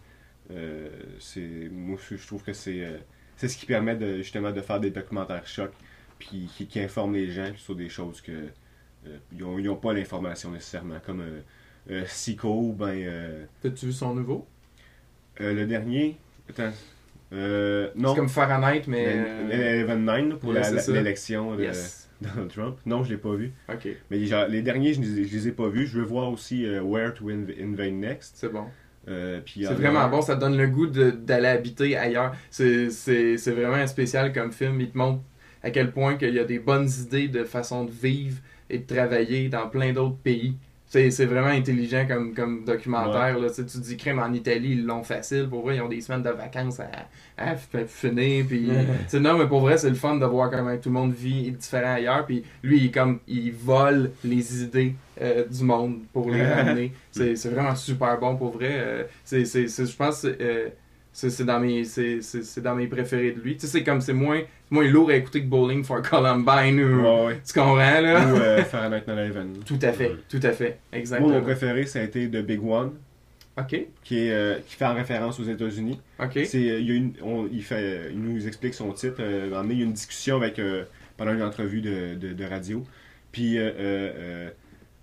moi je trouve que c'est ce qui permet justement de faire des documentaires chocs. Puis qui informent les gens sur des choses que ils n'ont pas l'information nécessairement, comme Sicko, T'as-tu vu son nouveau? Le dernier, attends, non. C'est comme Fahrenheit, mais... Eleven 9 pour l'élection de Donald Trump. Non, je l'ai pas vu. Ok. Mais les derniers, je les ai pas vus. Je veux voir aussi Where to Invade Next. C'est bon. C'est vraiment bon, ça te donne le goût d'aller habiter ailleurs. C'est vraiment spécial comme film, il te montre à quel point qu'il y a des bonnes idées de façon de vivre et de travailler dans plein d'autres pays. C'est vraiment intelligent comme documentaire. Là. Tu te dis, crème, en Italie, ils l'ont facile. Pour vrai, ils ont des semaines de vacances à finir. Puis, non, mais pour vrai, c'est le fun de voir comment tout le monde vit différent ailleurs. Puis lui, il vole les idées du monde pour les ramener. C'est vraiment super bon pour vrai. Je pense c'est dans mes préférés de lui. Tu sais, c'est moins lourd à écouter que Bowling for Columbine ou tu comprends là. Ou Fahrenheit 9/11. Tout à fait, exactement. Moi, mon préféré, ça a été The Big One. OK. Qui fait en référence aux États-Unis. OK. Il nous explique son titre. Il y a une discussion avec pendant une entrevue de radio. Puis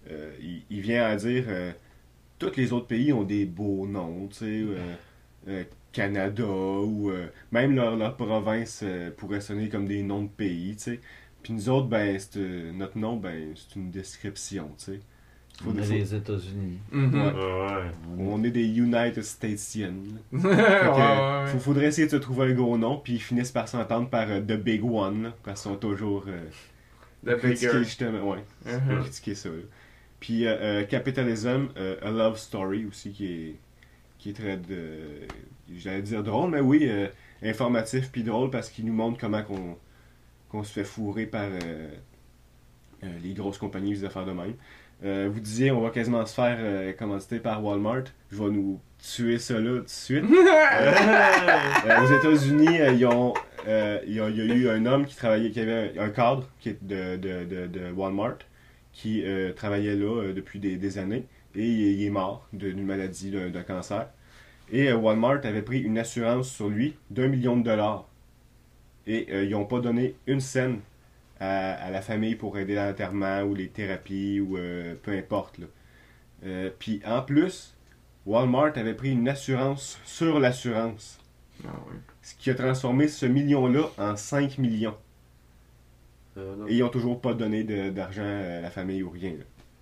il vient à dire tous les autres pays ont des beaux noms, tu sais, Canada ou même leur province pourrait sonner comme des noms de pays, tu sais. Puis nous autres, ben, notre nom, ben, c'est une description, tu sais. On est les États-Unis. On est des United Statesians. Faudrait essayer de se trouver un gros nom, puis ils finissent par s'entendre par The Big One, là, parce qu'ils sont toujours critiqués, justement, critiquer ça. Là. Puis Capitalism, A Love Story aussi, qui est très, j'allais dire drôle, mais oui, informatif puis drôle, parce qu'il nous montre comment qu'on se fait fourrer par les grosses compagnies, les affaires de même. Vous disiez, on va quasiment se faire commanditer par Walmart. Je vais nous tuer ça là tout de suite. Aux États-Unis, il y a eu un homme qui avait un cadre qui est de Walmart, qui travaillait là depuis des années, et il est mort d'une maladie, d'un cancer. Et Walmart avait pris une assurance sur lui d'1 million de dollars. Et ils n'ont pas donné une scène à la famille pour aider à l'enterrement ou les thérapies ou peu importe. Puis en plus, Walmart avait pris une assurance sur l'assurance. Ah oui. Ce qui a transformé ce million-là en 5 millions. Et ils n'ont toujours pas donné d'argent à la famille ou rien.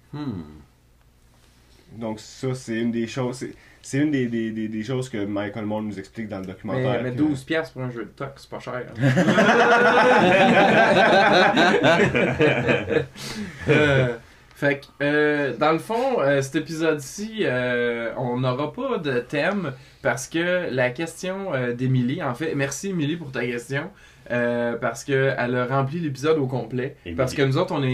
Donc ça, c'est une des choses... C'est une des choses que Michael Moore nous explique dans le documentaire. Mais 12$ pour un jeu de toc, c'est pas cher. Fait que, dans le fond, cet épisode-ci, on n'aura pas de thème parce que la question d'Émilie, en fait, merci Émilie pour ta question, parce qu'elle a rempli l'épisode au complet. Émilie. Parce que nous autres, on est...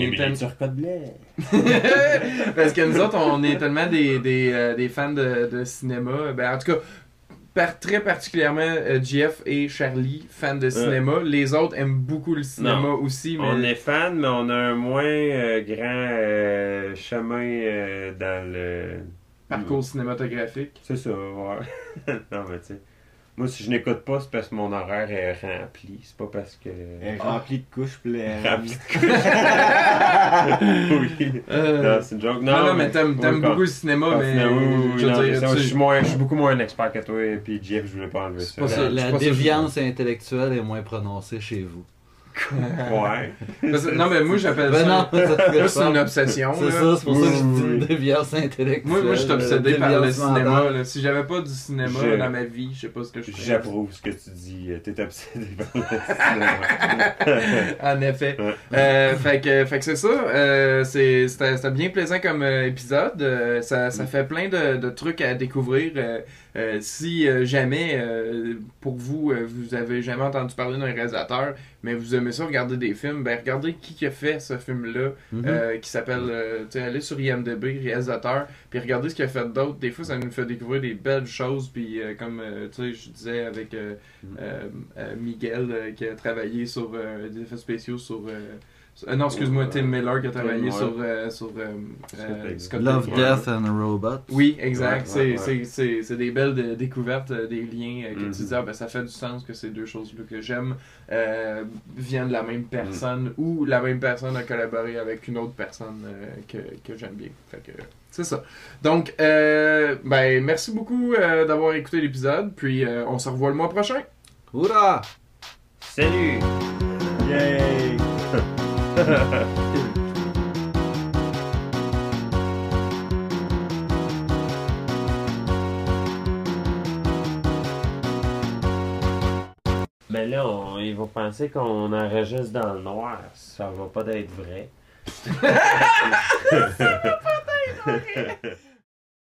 Parce que nous autres, on est tellement des fans de cinéma. Ben, en tout cas, très particulièrement Jeff et Charlie, fans de cinéma. Les autres aiment beaucoup le cinéma aussi. Mais... On est fans, mais on a un moins grand chemin dans le... Parcours cinématographique. C'est ça, ouais. Non, mais tu sais... Moi, si je n'écoute pas, c'est parce que mon horaire est rempli. C'est pas parce que... Elle est remplie de couches pleines. Remplie de couches. Oui. Non, c'est une joke. Non, mais t'aimes beaucoup le cinéma, mais... Je suis beaucoup moins un expert que toi, et puis Jeff, je voulais pas enlever ça. La déviance intellectuelle est moins prononcée chez vous. Ouais. Non, mais moi, j'appelle ça... Non, c'est une obsession. C'est ça, c'est pour ça que je dis déviance intellectuelle. Moi, je suis obsédé par le cinéma. Là. Si j'avais pas du cinéma dans ma vie, je sais pas ce que je ferais. J'approuve ce que tu dis. T'es obsédé par le cinéma. En effet. Fait que c'est ça. C'était bien plaisant comme épisode. Ça fait plein de trucs à découvrir. Si jamais, pour vous, vous avez jamais entendu parler d'un réalisateur, mais vous aimez ça regarder des films, ben regardez qui a fait ce film-là, qui s'appelle, allez sur IMDb, réalisateur, puis regardez ce qu'il a fait d'autre. Des fois, ça nous fait découvrir des belles choses, puis comme je disais avec Miguel, qui a travaillé sur des effets spéciaux sur... non, excuse-moi, Tim Miller qui a travaillé sur Scott Love, Death and Robots. Oui, exact. C'est des belles découvertes, des liens que tu dis, ben, ça fait du sens que ces deux choses-là que j'aime viennent de la même personne ou la même personne a collaboré avec une autre personne que j'aime bien. Fait que c'est ça. Donc, ben, merci beaucoup d'avoir écouté l'épisode, puis on se revoit le mois prochain. Hourra! Salut! Yay! Mais là, ils vont penser qu'on enregistre dans le noir. Ça va pas être vrai. Ça va pas être vrai!